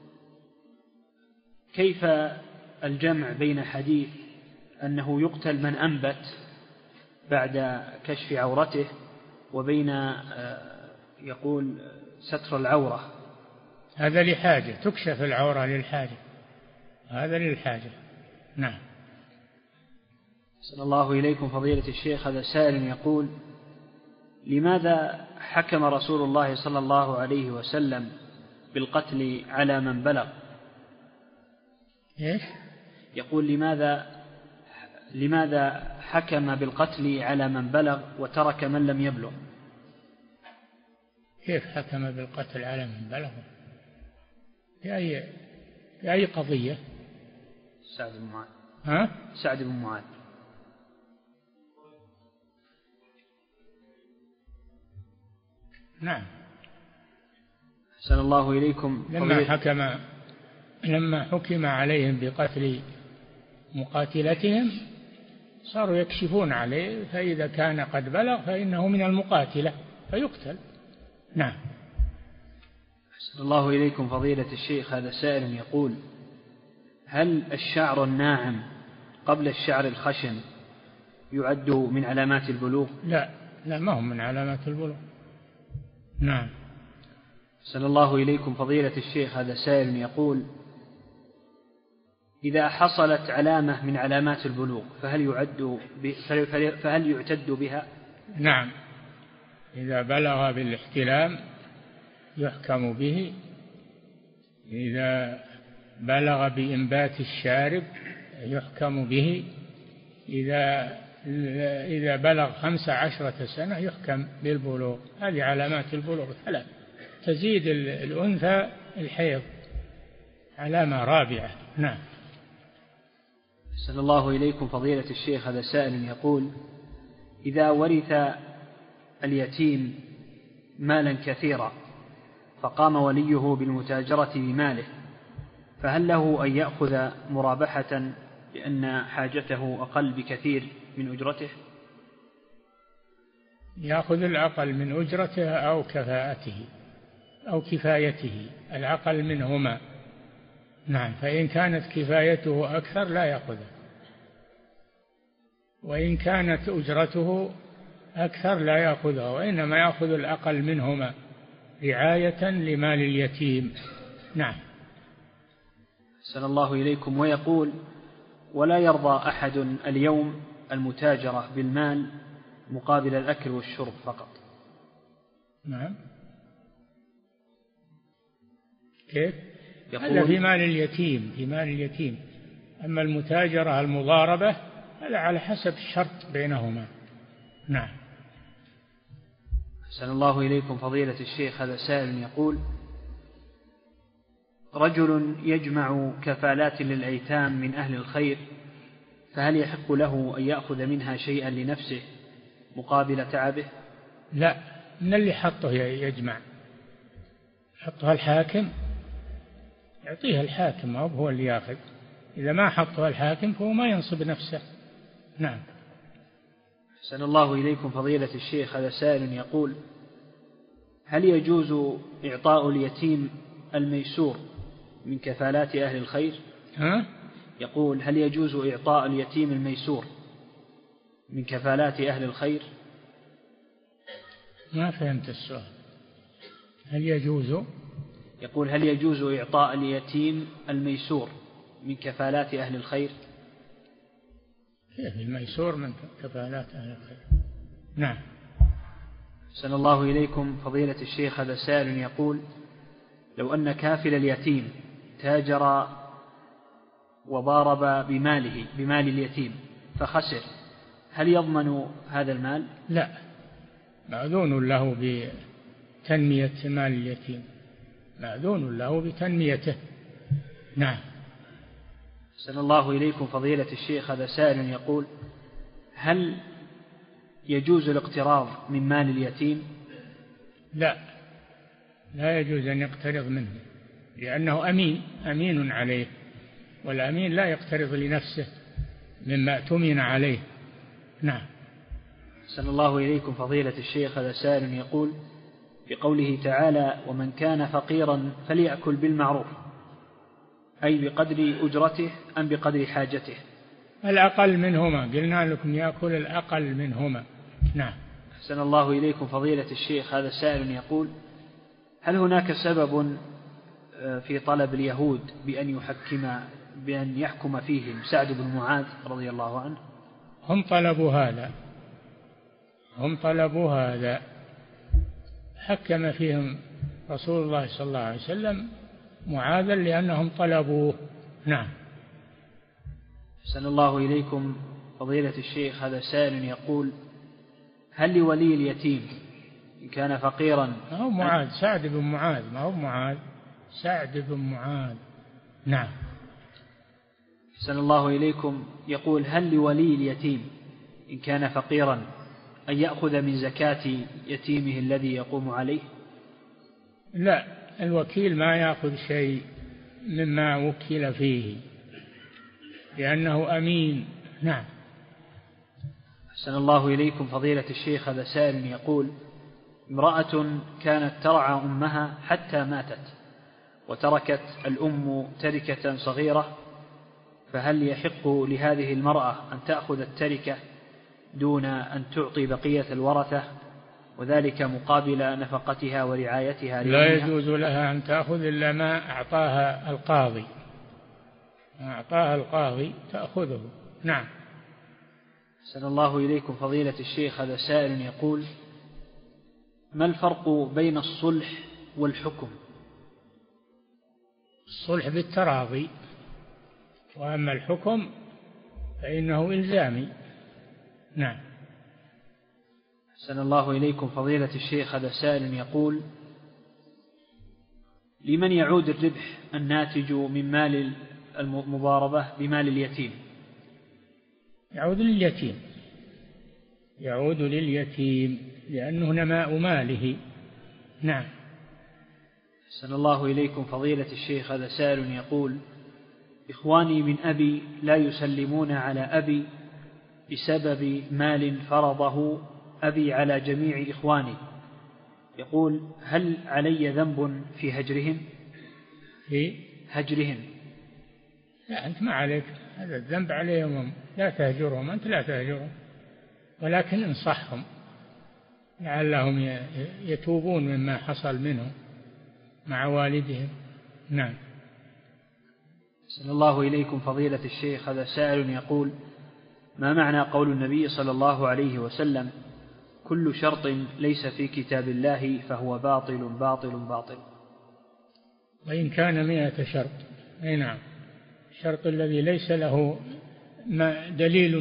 كيف الجمع بين حديث أنه يقتل من أنبت بعد كشف عورته وبين يقول ستر العورة؟ هذا لحاجة، تكشف العورة للحاجة، هذا للحاجة. نعم. أحسن الله إليكم فضيلة الشيخ. هذا سائل يقول: لماذا حكم رسول الله صلى الله عليه وسلم بالقتل على من بلغ؟ إيش؟ يقول: لماذا حكم بالقتل على من بلغ وترك من لم يبلغ؟ كيف حكم بالقتل على من بلغ؟ في أي قضية؟ سعد بن معاذ. ها؟ سعد بن معاذ. نعم. أحسن الله إليكم. لما حكم عليهم بقتل مقاتلتهم صاروا يكشفون عليه، فإذا كان قد بلغ فإنه من المقاتلة فيقتل. نعم. أحسن الله إليكم فضيلة الشيخ. هذا سائل يقول: هل الشعر الناعم قبل الشعر الخشن يعد من علامات البلوغ؟ لا، ما هو من علامات البلوغ. نعم. أحسن الله إليكم فضيلة الشيخ. هذا سائل يقول: إذا حصلت علامة من علامات البلوغ فهل يعتد بها؟ نعم، إذا بلغ بالاحتلام يحكم به، إذا بلغ بإنبات الشارب يحكم به، إذا بلغ 15 سنة يحكم بالبلوغ. هذه علامات البلوغ ثلاث. تزيد الأنثى الحيض، علامة رابعة. نعم. أحسن الله إليكم فضيلة الشيخ. هذا سائل يقول: إذا ورث اليتيم مالا كثيرا فقام وليه بالمتاجرة بماله، فهل له أن يأخذ مرابحة لأن حاجته أقل بكثير من أجرته؟ يأخذ الأقل من أجرته أو كفاءته أو كفايته، الأقل منهما. نعم. فإن كانت كفايته أكثر لا يأخذه، وإن كانت أجرته أكثر لا يأخذها، وإنما يأخذ الأقل منهما رعاية لمال اليتيم. نعم. أحسن الله إليكم. ويقول: ولا يرضى أحد اليوم المتاجرة بالمال مقابل الأكل والشرب فقط. نعم. كيف؟ هذا في مال اليتيم، في مال اليتيم. أما المتاجرة المضاربة هذا على حسب الشرط بينهما. نعم. أحسن الله إليكم فضيلة الشيخ. هذا سائل يقول: رجل يجمع كفالات للأيتام من أهل الخير، فهل يحق له أن يأخذ منها شيئا لنفسه مقابل تعبه؟ لا، من اللي حطه يجمع؟ حطها الحاكم، يعطيها الحاكم، أو هو اللي يأخذ. إذا ما حطها الحاكم فهو ما ينصب نفسه. نعم. أحسن الله إليكم فضيلة الشيخ. هذا سائل يقول: هل يجوز إعطاء اليتيم الميسور من كفالات أهل الخير؟ يقول: هل يجوز إعطاء اليتيم الميسور من كفالات أهل الخير؟ ما فهمت السؤال. هل يجوز؟ يقول: هل يجوز إعطاء اليتيم الميسور من كفالات أهل الخير؟ كيف الميسور من كفالات أهل الخير؟ نعم. أحسن الله إليكم فضيلة الشيخ. هذا سائل يقول: لو أن كافل اليتيم تاجر وضارب بمال اليتيم فخسر، هل يضمن هذا المال؟ لا، مأذون له بتنمية مال اليتيم، مأذون له بتنميته. نعم. أحسن الله إليكم فضيلة الشيخ، هذا سائل يقول: هل يجوز الاقتراض من مال اليتيم؟ لا، لا يجوز أن يقترض منه، لأنه أمين عليه، والأمين لا يقترض لنفسه مما اؤتمن عليه. نعم. أحسن الله إليكم فضيلة الشيخ، هذا سائل يقول: في قوله تعالى: ومن كان فقيرا فليأكل بالمعروف، أي بقدر أجرته أم بقدر حاجته؟ الأقل منهما، قلنا لكم يأكل الأقل منهما. نعم. أحسن الله إليكم فضيلة الشيخ، هذا سائل يقول: هل هناك سبب في طلب اليهود بأن يحكم فيهم سعد بن معاذ رضي الله عنه؟ هم طلبوا هذا، حكم فيهم رسول الله صلى الله عليه وسلم معاذا لأنهم طلبوه. نعم. أحسن الله إليكم فضيلة الشيخ، هذا سائل يقول: هل لولي اليتيم إن كان فقيرا؟ ما هو معاذ، سعد بن معاذ، ما هو معاذ، سعد بن معاذ. نعم. أحسن الله إليكم يقول: هل لولي اليتيم إن كان فقيرا أن يأخذ من زكاة يتيمه الذي يقوم عليه؟ لا، الوكيل ما يأخذ شيء مما وكل فيه لأنه أمين. نعم. أحسن الله إليكم فضيلة الشيخ، هذا سائل يقول: امرأة كانت ترعى أمها حتى ماتت، وتركت الأم تركة صغيرة، فهل يحق لهذه المرأة أن تأخذ التركة دون أن تعطي بقية الورثة، وذلك مقابل نفقتها ورعايتها لأمها؟ لا يجوز لها أن تأخذ إلا ما أعطاها القاضي، ما أعطاها القاضي تأخذه. نعم. أحسن الله إليكم فضيلة الشيخ، هذا سائل يقول: ما الفرق بين الصلح والحكم؟ الصلح بالتراضي، وأما الحكم فإنه إلزامي. نعم. أحسن الله إليكم فضيلة الشيخ، هذا سائل يقول: لمن يعود الربح الناتج من مال المضاربة بمال اليتيم؟ يعود لليتيم لأنه نماء ماله. نعم. أحسن الله إليكم فضيلة الشيخ، هذا سائل يقول: إخواني من أبي لا يسلمون على أبي بسبب مال فرضه أبي على جميع إخواني، يقول: هل علي ذنب في هجرهم؟ لا، أنت ما عليك، هذا الذنب عليهم، لا تهجرهم، أنت لا تهجرهم، ولكن انصحهم لعلهم يتوبون مما حصل منهم مع والدهم. نعم. أحسن الله إليكم فضيلة الشيخ، هذا سائل يقول: ما معنى قول النبي صلى الله عليه وسلم: كل شرط ليس في كتاب الله فهو باطل باطل باطل؟ وإن كان 100 شرط. أي نعم. الشرط الذي ليس له دليل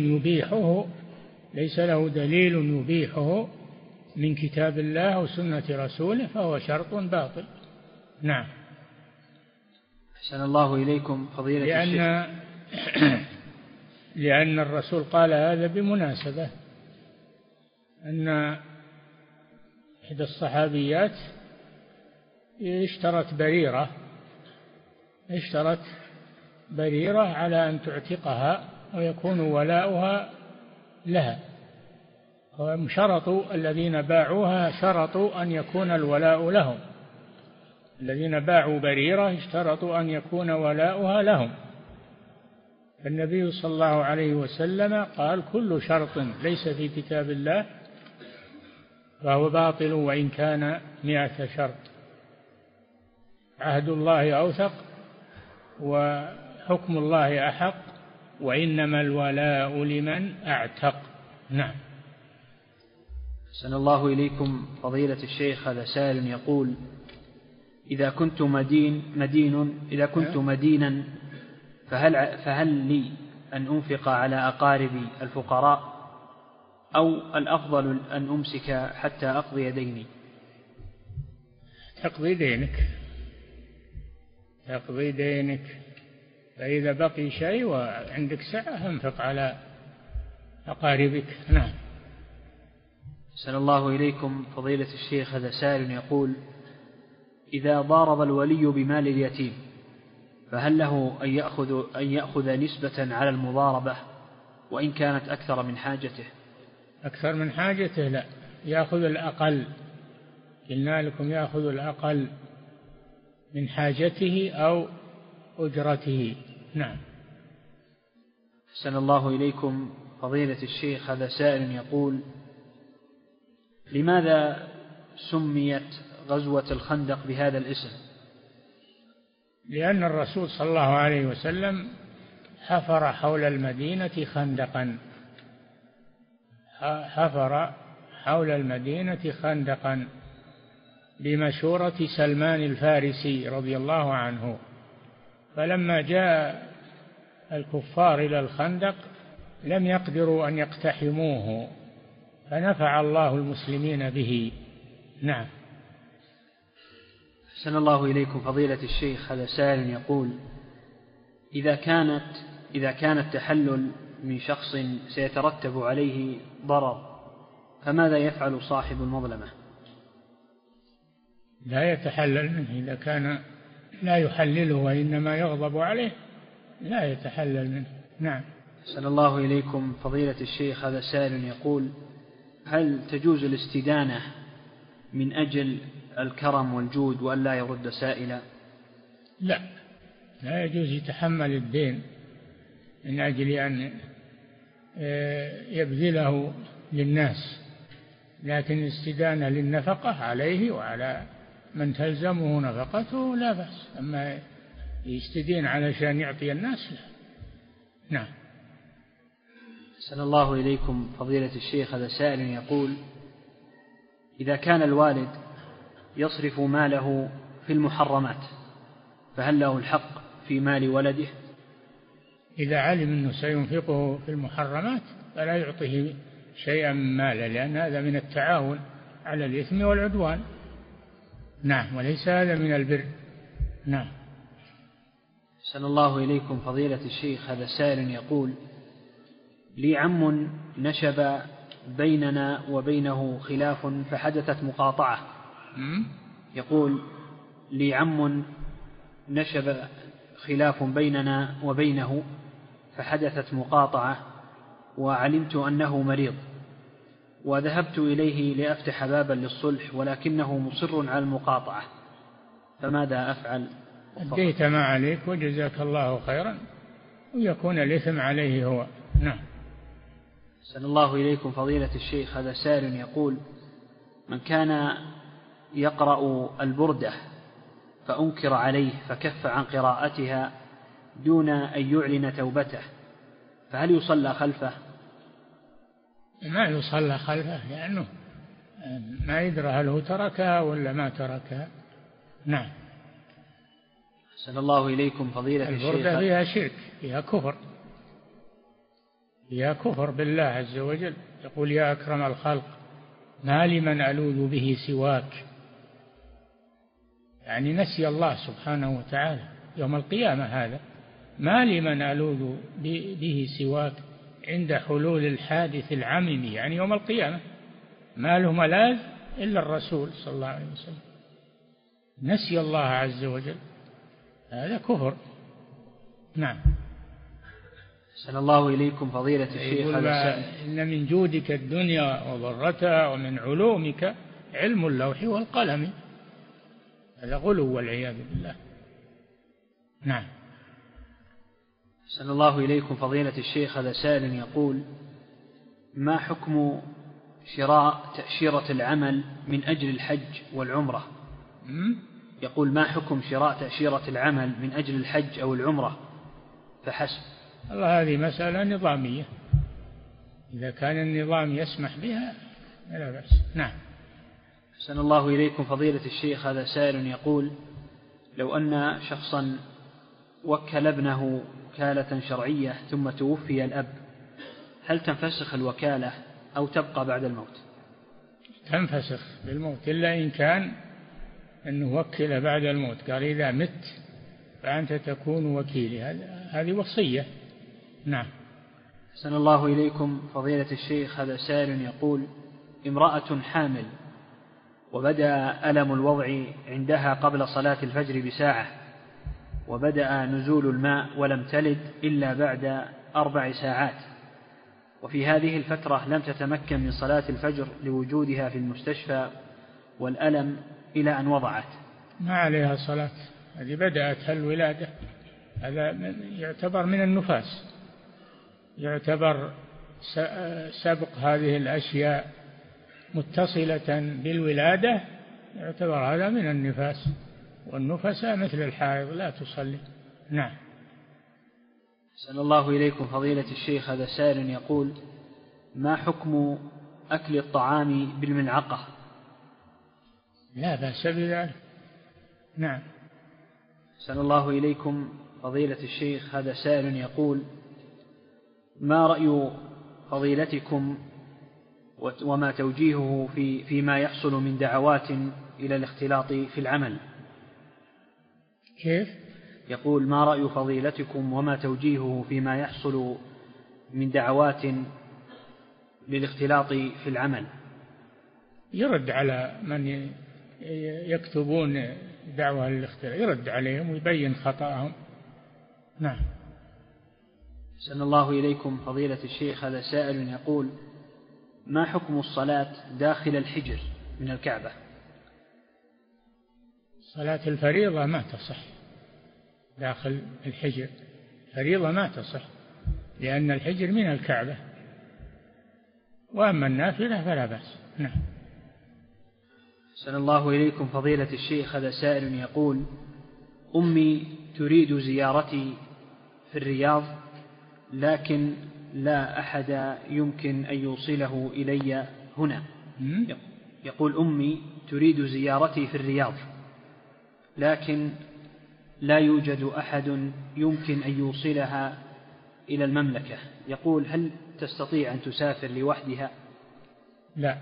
يبيحه من كتاب الله وسنة رسوله فهو شرط باطل. نعم. أحسن الله إليكم فضيلة الشيخ، لأن الرسول قال هذا بمناسبة أن إحدى الصحابيات اشترت بريرة على أن تعتقها ويكون ولاؤها لها، وشرطوا الذين باعوها شرطوا أن يكون الولاء لهم، الذين باعوا بريرة اشترطوا أن يكون ولاؤها لهم. فالنبي صلى الله عليه وسلم قال: كل شرط ليس في كتاب الله فهو باطل وإن كان 100 شرط. عهد الله أوثق وحكم الله أحق، وإنما الولاء لمن أعتق. نعم. أحسن الله إليكم فضيلة الشيخ، هذا سائل يقول: إذا كنت مدينا فهل لي أن أنفق على أقاربي الفقراء أو الأفضل أن أمسك حتى أقضي ديني؟ تقضي دينك، فإذا بقي شيء وعندك سعة انفق على أقاربك. نعم. أحسن الله إليكم فضيلة الشيخ، هذا سائل يقول: إذا ضارب الولي بمال اليتيم فهل له أن يأخذ نسبة على المضاربة وإن كانت أكثر من حاجته؟ أكثر من حاجته لا، يأخذ الأقل. قلنا لكم يأخذ الأقل من حاجته أو أجرته. نعم. أحسن الله إليكم فضيلة الشيخ، هذا سائل يقول: لماذا سميت غزوة الخندق بهذا الاسم؟ لأن الرسول صلى الله عليه وسلم حفر حول المدينة خندقا، حفر حول المدينة خندقا بمشورة سلمان الفارسي رضي الله عنه، فلما جاء الكفار إلى الخندق لم يقدروا أن يقتحموه فنفع الله المسلمين به. نعم. أحسن الله إليكم فضيلة الشيخ، هذا سائل يقول: إذا كان التحلل من شخص سيترتب عليه ضرر فماذا يفعل صاحب المظلمة؟ لا يتحلل منه، إذا كان لا يحلله وإنما يغضب عليه لا يتحلل منه. نعم. أحسن الله إليكم فضيلة الشيخ، هذا سائل يقول: هل تجوز الاستدانة من أجل الكرم والجود وأن لا يرد سائلا؟ لا يجوز يتحمل الدين من أجل أن يبذله للناس، لكن الاستدانة للنفقة عليه وعلى من تلزمه نفقته لا بأس، أما يستدين علشان يعطي الناس لا. نعم. أحسن الله إليكم فضيلة الشيخ، هذا سائل يقول: إذا كان الوالد يصرف ماله في المحرمات فهل له الحق في مال ولده؟ إذا علم أنه سينفقه في المحرمات فلا يعطيه شيئا من ماله، لأن هذا من التعاون على الإثم والعدوان. نعم، وليس هذا من البر. نعم. أحسن الله إليكم فضيلة الشيخ، هذا سائل يقول: لي عم نشب بيننا وبينه خلاف فحدثت مقاطعة. يقول: لي عم نشب خلاف بيننا وبينه فحدثت مقاطعة وعلمت أنه مريض وذهبت إليه لأفتح بابا للصلح ولكنه مصر على المقاطعة، فماذا أفعل؟ أديت ما عليك وجزاك الله خيرا ويكون الإثم عليه هو. نعم. أحسن الله إليكم فضيلة الشيخ، هذا سائل يقول: من كان يقرأ البردة فأنكر عليه فكف عن قراءتها دون أن يعلن توبته فهل يصلى خلفه؟ ما يصلى خلفه لأنه ما يدرى هل هو تركها ولا ما تركها. نعم. أحسن الله إليكم فضيلة الشيخ، البردة فيها شرك، فيها كفر بالله عز وجل. يقول: يا أكرم الخلق ما لمن ألوذ به سواك، يعني نسي الله سبحانه وتعالى يوم القيامة. هذا ما لمن ألوذ به سواك عند حلول الحادث العميم، يعني يوم القيامة ما له ملاذ إلا الرسول صلى الله عليه وسلم. نسي الله عز وجل، هذا كفر. نعم. أحسن الله إليكم فضيلة الشيخ، إن من جودك الدنيا وضرتها ومن علومك علم اللوح والقلم، هذا غلو والعياذ بالله. نعم. أحسن الله إليكم فضيلة الشيخ، هذا سائل يقول: ما حكم شراء تأشيرة العمل من أجل الحج والعمرة؟ يقول: ما حكم شراء تأشيرة العمل من أجل الحج أو العمرة فحسب؟ الله، هذه مسألة نظامية، إذا كان النظام يسمح بها لا بأس. نعم. أحسن الله إليكم فضيلة الشيخ، هذا سائل يقول: لو أن شخصا وكل ابنه وكالة شرعية ثم توفي الأب هل تنفسخ الوكالة أو تبقى بعد الموت؟ تنفسخ بالموت، إلا إن كان أنه وكل بعد الموت، قال إذا مت فأنت تكون وكيلي، هذه وصية. نعم. أحسن الله إليكم فضيلة الشيخ، هذا سائل يقول: امرأة حامل وبدأ ألم الوضع عندها قبل صلاة الفجر بساعة، وبدأ نزول الماء ولم تلد إلا بعد 4 ساعات، وفي هذه الفترة لم تتمكن من صلاة الفجر لوجودها في المستشفى والألم إلى أن وضعت. ما عليها صلاة، هذه بدأتها الولادة، هذا يعتبر من النفاس، يعتبر سبق هذه الأشياء متصلة بالولادة، يعتبر هذا من النفاس، والنفساء مثل الحائض لا تصلي. نعم. أحسن الله إليكم فضيلة الشيخ، هذا سائل يقول: ما حكم أكل الطعام بالملعقة؟ لا بأس بذلك. نعم. أحسن الله إليكم فضيلة الشيخ، هذا سائل يقول: ما رأي فضيلتكم وما توجيهه فيما يحصل من دعوات إلى الاختلاط في العمل؟ كيف؟ يقول: ما رأي فضيلتكم وما توجيهه فيما يحصل من دعوات للاختلاط في العمل؟ يرد على من يكتبون دعوة للاختلاط، يرد عليهم ويبين خطأهم. نعم. أحسن الله إليكم فضيلة الشيخ، هذا سائل يقول: ما حكم الصلاة داخل الحجر من الكعبة؟ صلاة الفريضة ما تصح داخل الحجر، فريضة ما تصح، لأن الحجر من الكعبة، وأما النافلة فلا بأس. نعم. أحسن الله إليكم فضيلة الشيخ، هذا سائل يقول: أمي تريد زيارتي في الرياض، لكن لا أحد يمكن أن يوصله إلي هنا. يقول: أمي تريد زيارتي في الرياض، لكن لا يوجد أحد يمكن أن يوصلها إلى المملكة. يقول: هل تستطيع أن تسافر لوحدها؟ لا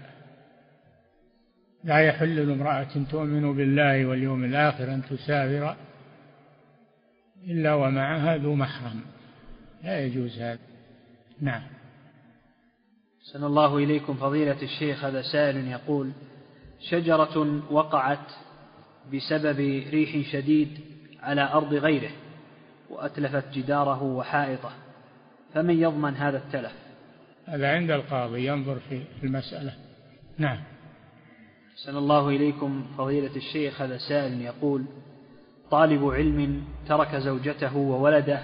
يحل لامرأة تؤمن بالله واليوم الآخر أن تسافر إلا ومعها ذو محرم، لا يجوز هذا. نعم. أحسن الله إليكم فضيلة الشيخ، هذا سائل يقول: شجرة وقعت بسبب ريح شديد على أرض غيره وأتلفت جداره وحائطه، فمن يضمن هذا التلف؟ هذا عند القاضي ينظر في المسألة. نعم. أحسن الله إليكم فضيلة الشيخ، هذا سائل يقول: طالب علم ترك زوجته وولده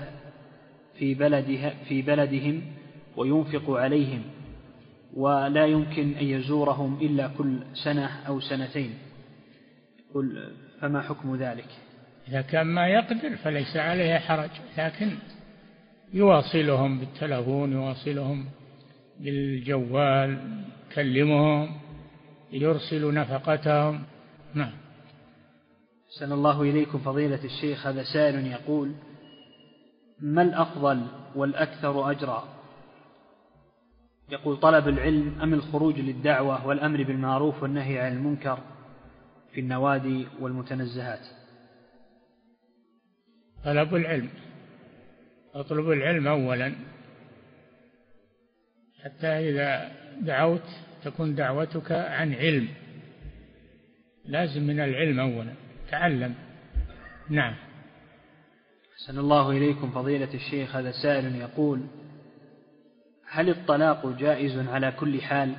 في بلدهم وينفق عليهم، ولا يمكن أن يزورهم إلا كل سنة أو سنتين، قل فما حكم ذلك؟ إذا كان ما يقدر فليس عليه حرج، لكن يواصلهم بالتلفون، يواصلهم بالجوال، يكلمهم، يرسل نفقتهم. نعم. أحسن الله إليكم فضيلة الشيخ، هذا سائل يقول: ما الأفضل والأكثر أجرا؟ يقول: طلب العلم أم الخروج للدعوة والأمر بالمعروف والنهي عن المنكر في النوادي والمتنزهات؟ طلب العلم، اطلب العلم أولا، حتى إذا دعوت تكون دعوتك عن علم، لازم من العلم أولا، تعلم. نعم. أحسن الله إليكم فضيلة الشيخ، هذا سائل يقول: هل الطلاق جائز على كل حال؟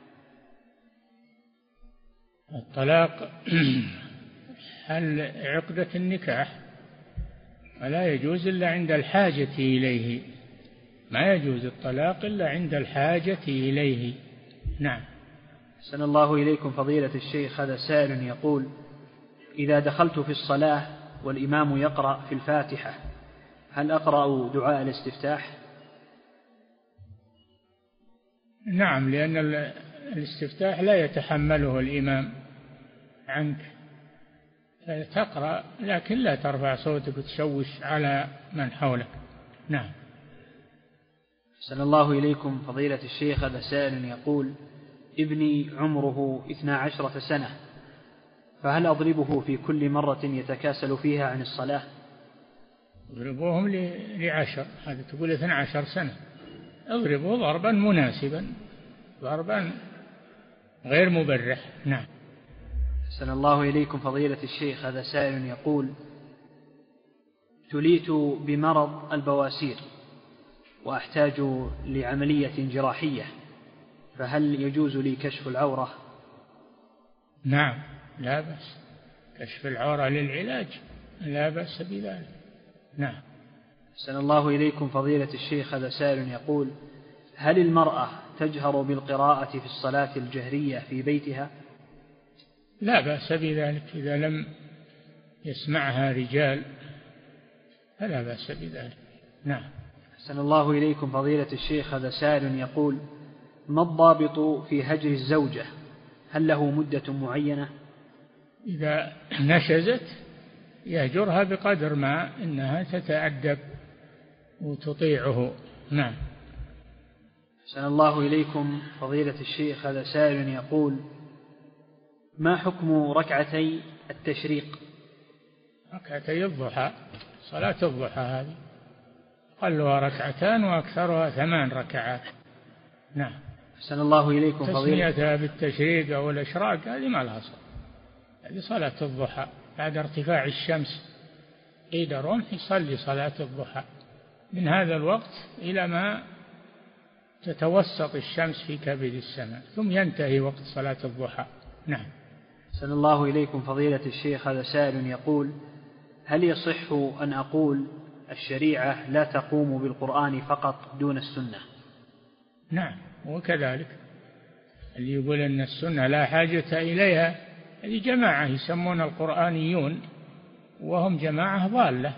الطلاق هل عقدة النكاح، ولا يجوز إلا عند الحاجة إليه، ما يجوز الطلاق إلا عند الحاجة إليه. نعم. أحسن الله إليكم فضيلة الشيخ، هذا سائل يقول: إذا دخلت في الصلاة والإمام يقرأ في الفاتحة، هل أقرأ دعاء الاستفتاح؟ نعم، لأن الاستفتاح لا يتحمله الإمام عنك، تقرأ لكن لا ترفع صوتك وتشوش على من حولك. نعم. أحسن الله إليكم فضيلة الشيخ. هذا سائل يقول: ابني عمره 12 سنة، فهل أضربه في كل مرة يتكاسل فيها عن الصلاة؟ اضربوهم ل10، هذا تقول 12 سنة، اضربه ضربا مناسبا، ضربا غير مبرح. نعم. أحسن الله إليكم فضيلة الشيخ. هذا سائل يقول: ابتليت بمرض البواسير وأحتاج لعملية جراحية، فهل يجوز لي كشف العورة؟ نعم، لا بأس، كشف العورة للعلاج لا بأس بذلك. نعم. أحسن الله إليكم فضيلة الشيخ. هذا سائل يقول: هل المرأة تجهر بالقراءة في الصلاة الجهرية في بيتها؟ لا بأس بذلك إذا لم يسمعها رجال، فلا بأس بذلك. نعم. أحسن الله إليكم فضيلة الشيخ. هذا سائل يقول: ما الضابط في هجر الزوجة؟ هل له مدة معينة؟ إذا نشزت يهجرها بقدر ما إنها تتأدب وتطيعه. نعم. أحسن الله إليكم فضيلة الشيخ. هذا سائل يقول: ما حكم ركعتي التشريق؟ ركعتي الضحى، صلاة الضحى هذه أقلها 2 وأكثرها 8 ركعات. نعم. أحسن الله إليكم فضيلة. تسميتها بالتشريق أو الإشراق هذه ما لها صلاة، هذه صلاة الضحى بعد ارتفاع الشمس قيد رمح يصلي صلاة الضحى من هذا الوقت إلى ما تتوسط الشمس في كبد السماء، ثم ينتهي وقت صلاة الضحى. نعم. أحسن الله إليكم فضيلة الشيخ. هذا سائل يقول: هل يصح أن أقول الشريعة لا تقوم بالقرآن فقط دون السنة؟ نعم، وكذلك اللي يقول أن السنة لا حاجة إليها هذه جماعة يسمون القرآنيون، وهم جماعة ضالة،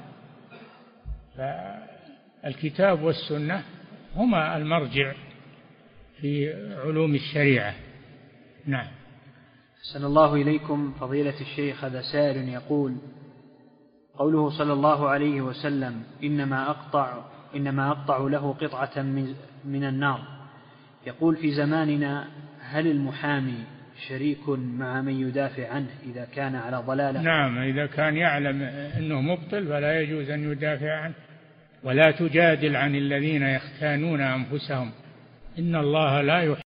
فالكتاب والسنة هما المرجع في علوم الشريعة. نعم. أحسن الله إليكم فضيلة الشيخ. هذا سائل يقول: قوله صلى الله عليه وسلم: إنما أقطع له قطعة من النار، يقول في زماننا هل المحامي شريك مع من يدافع عنه إذا كان على ضلالة؟ نعم، إذا كان يعلم أنه مبطل فلا يجوز أن يدافع عنه. ولا تجادل عن الذين يختانون أنفسهم إن الله لا يحب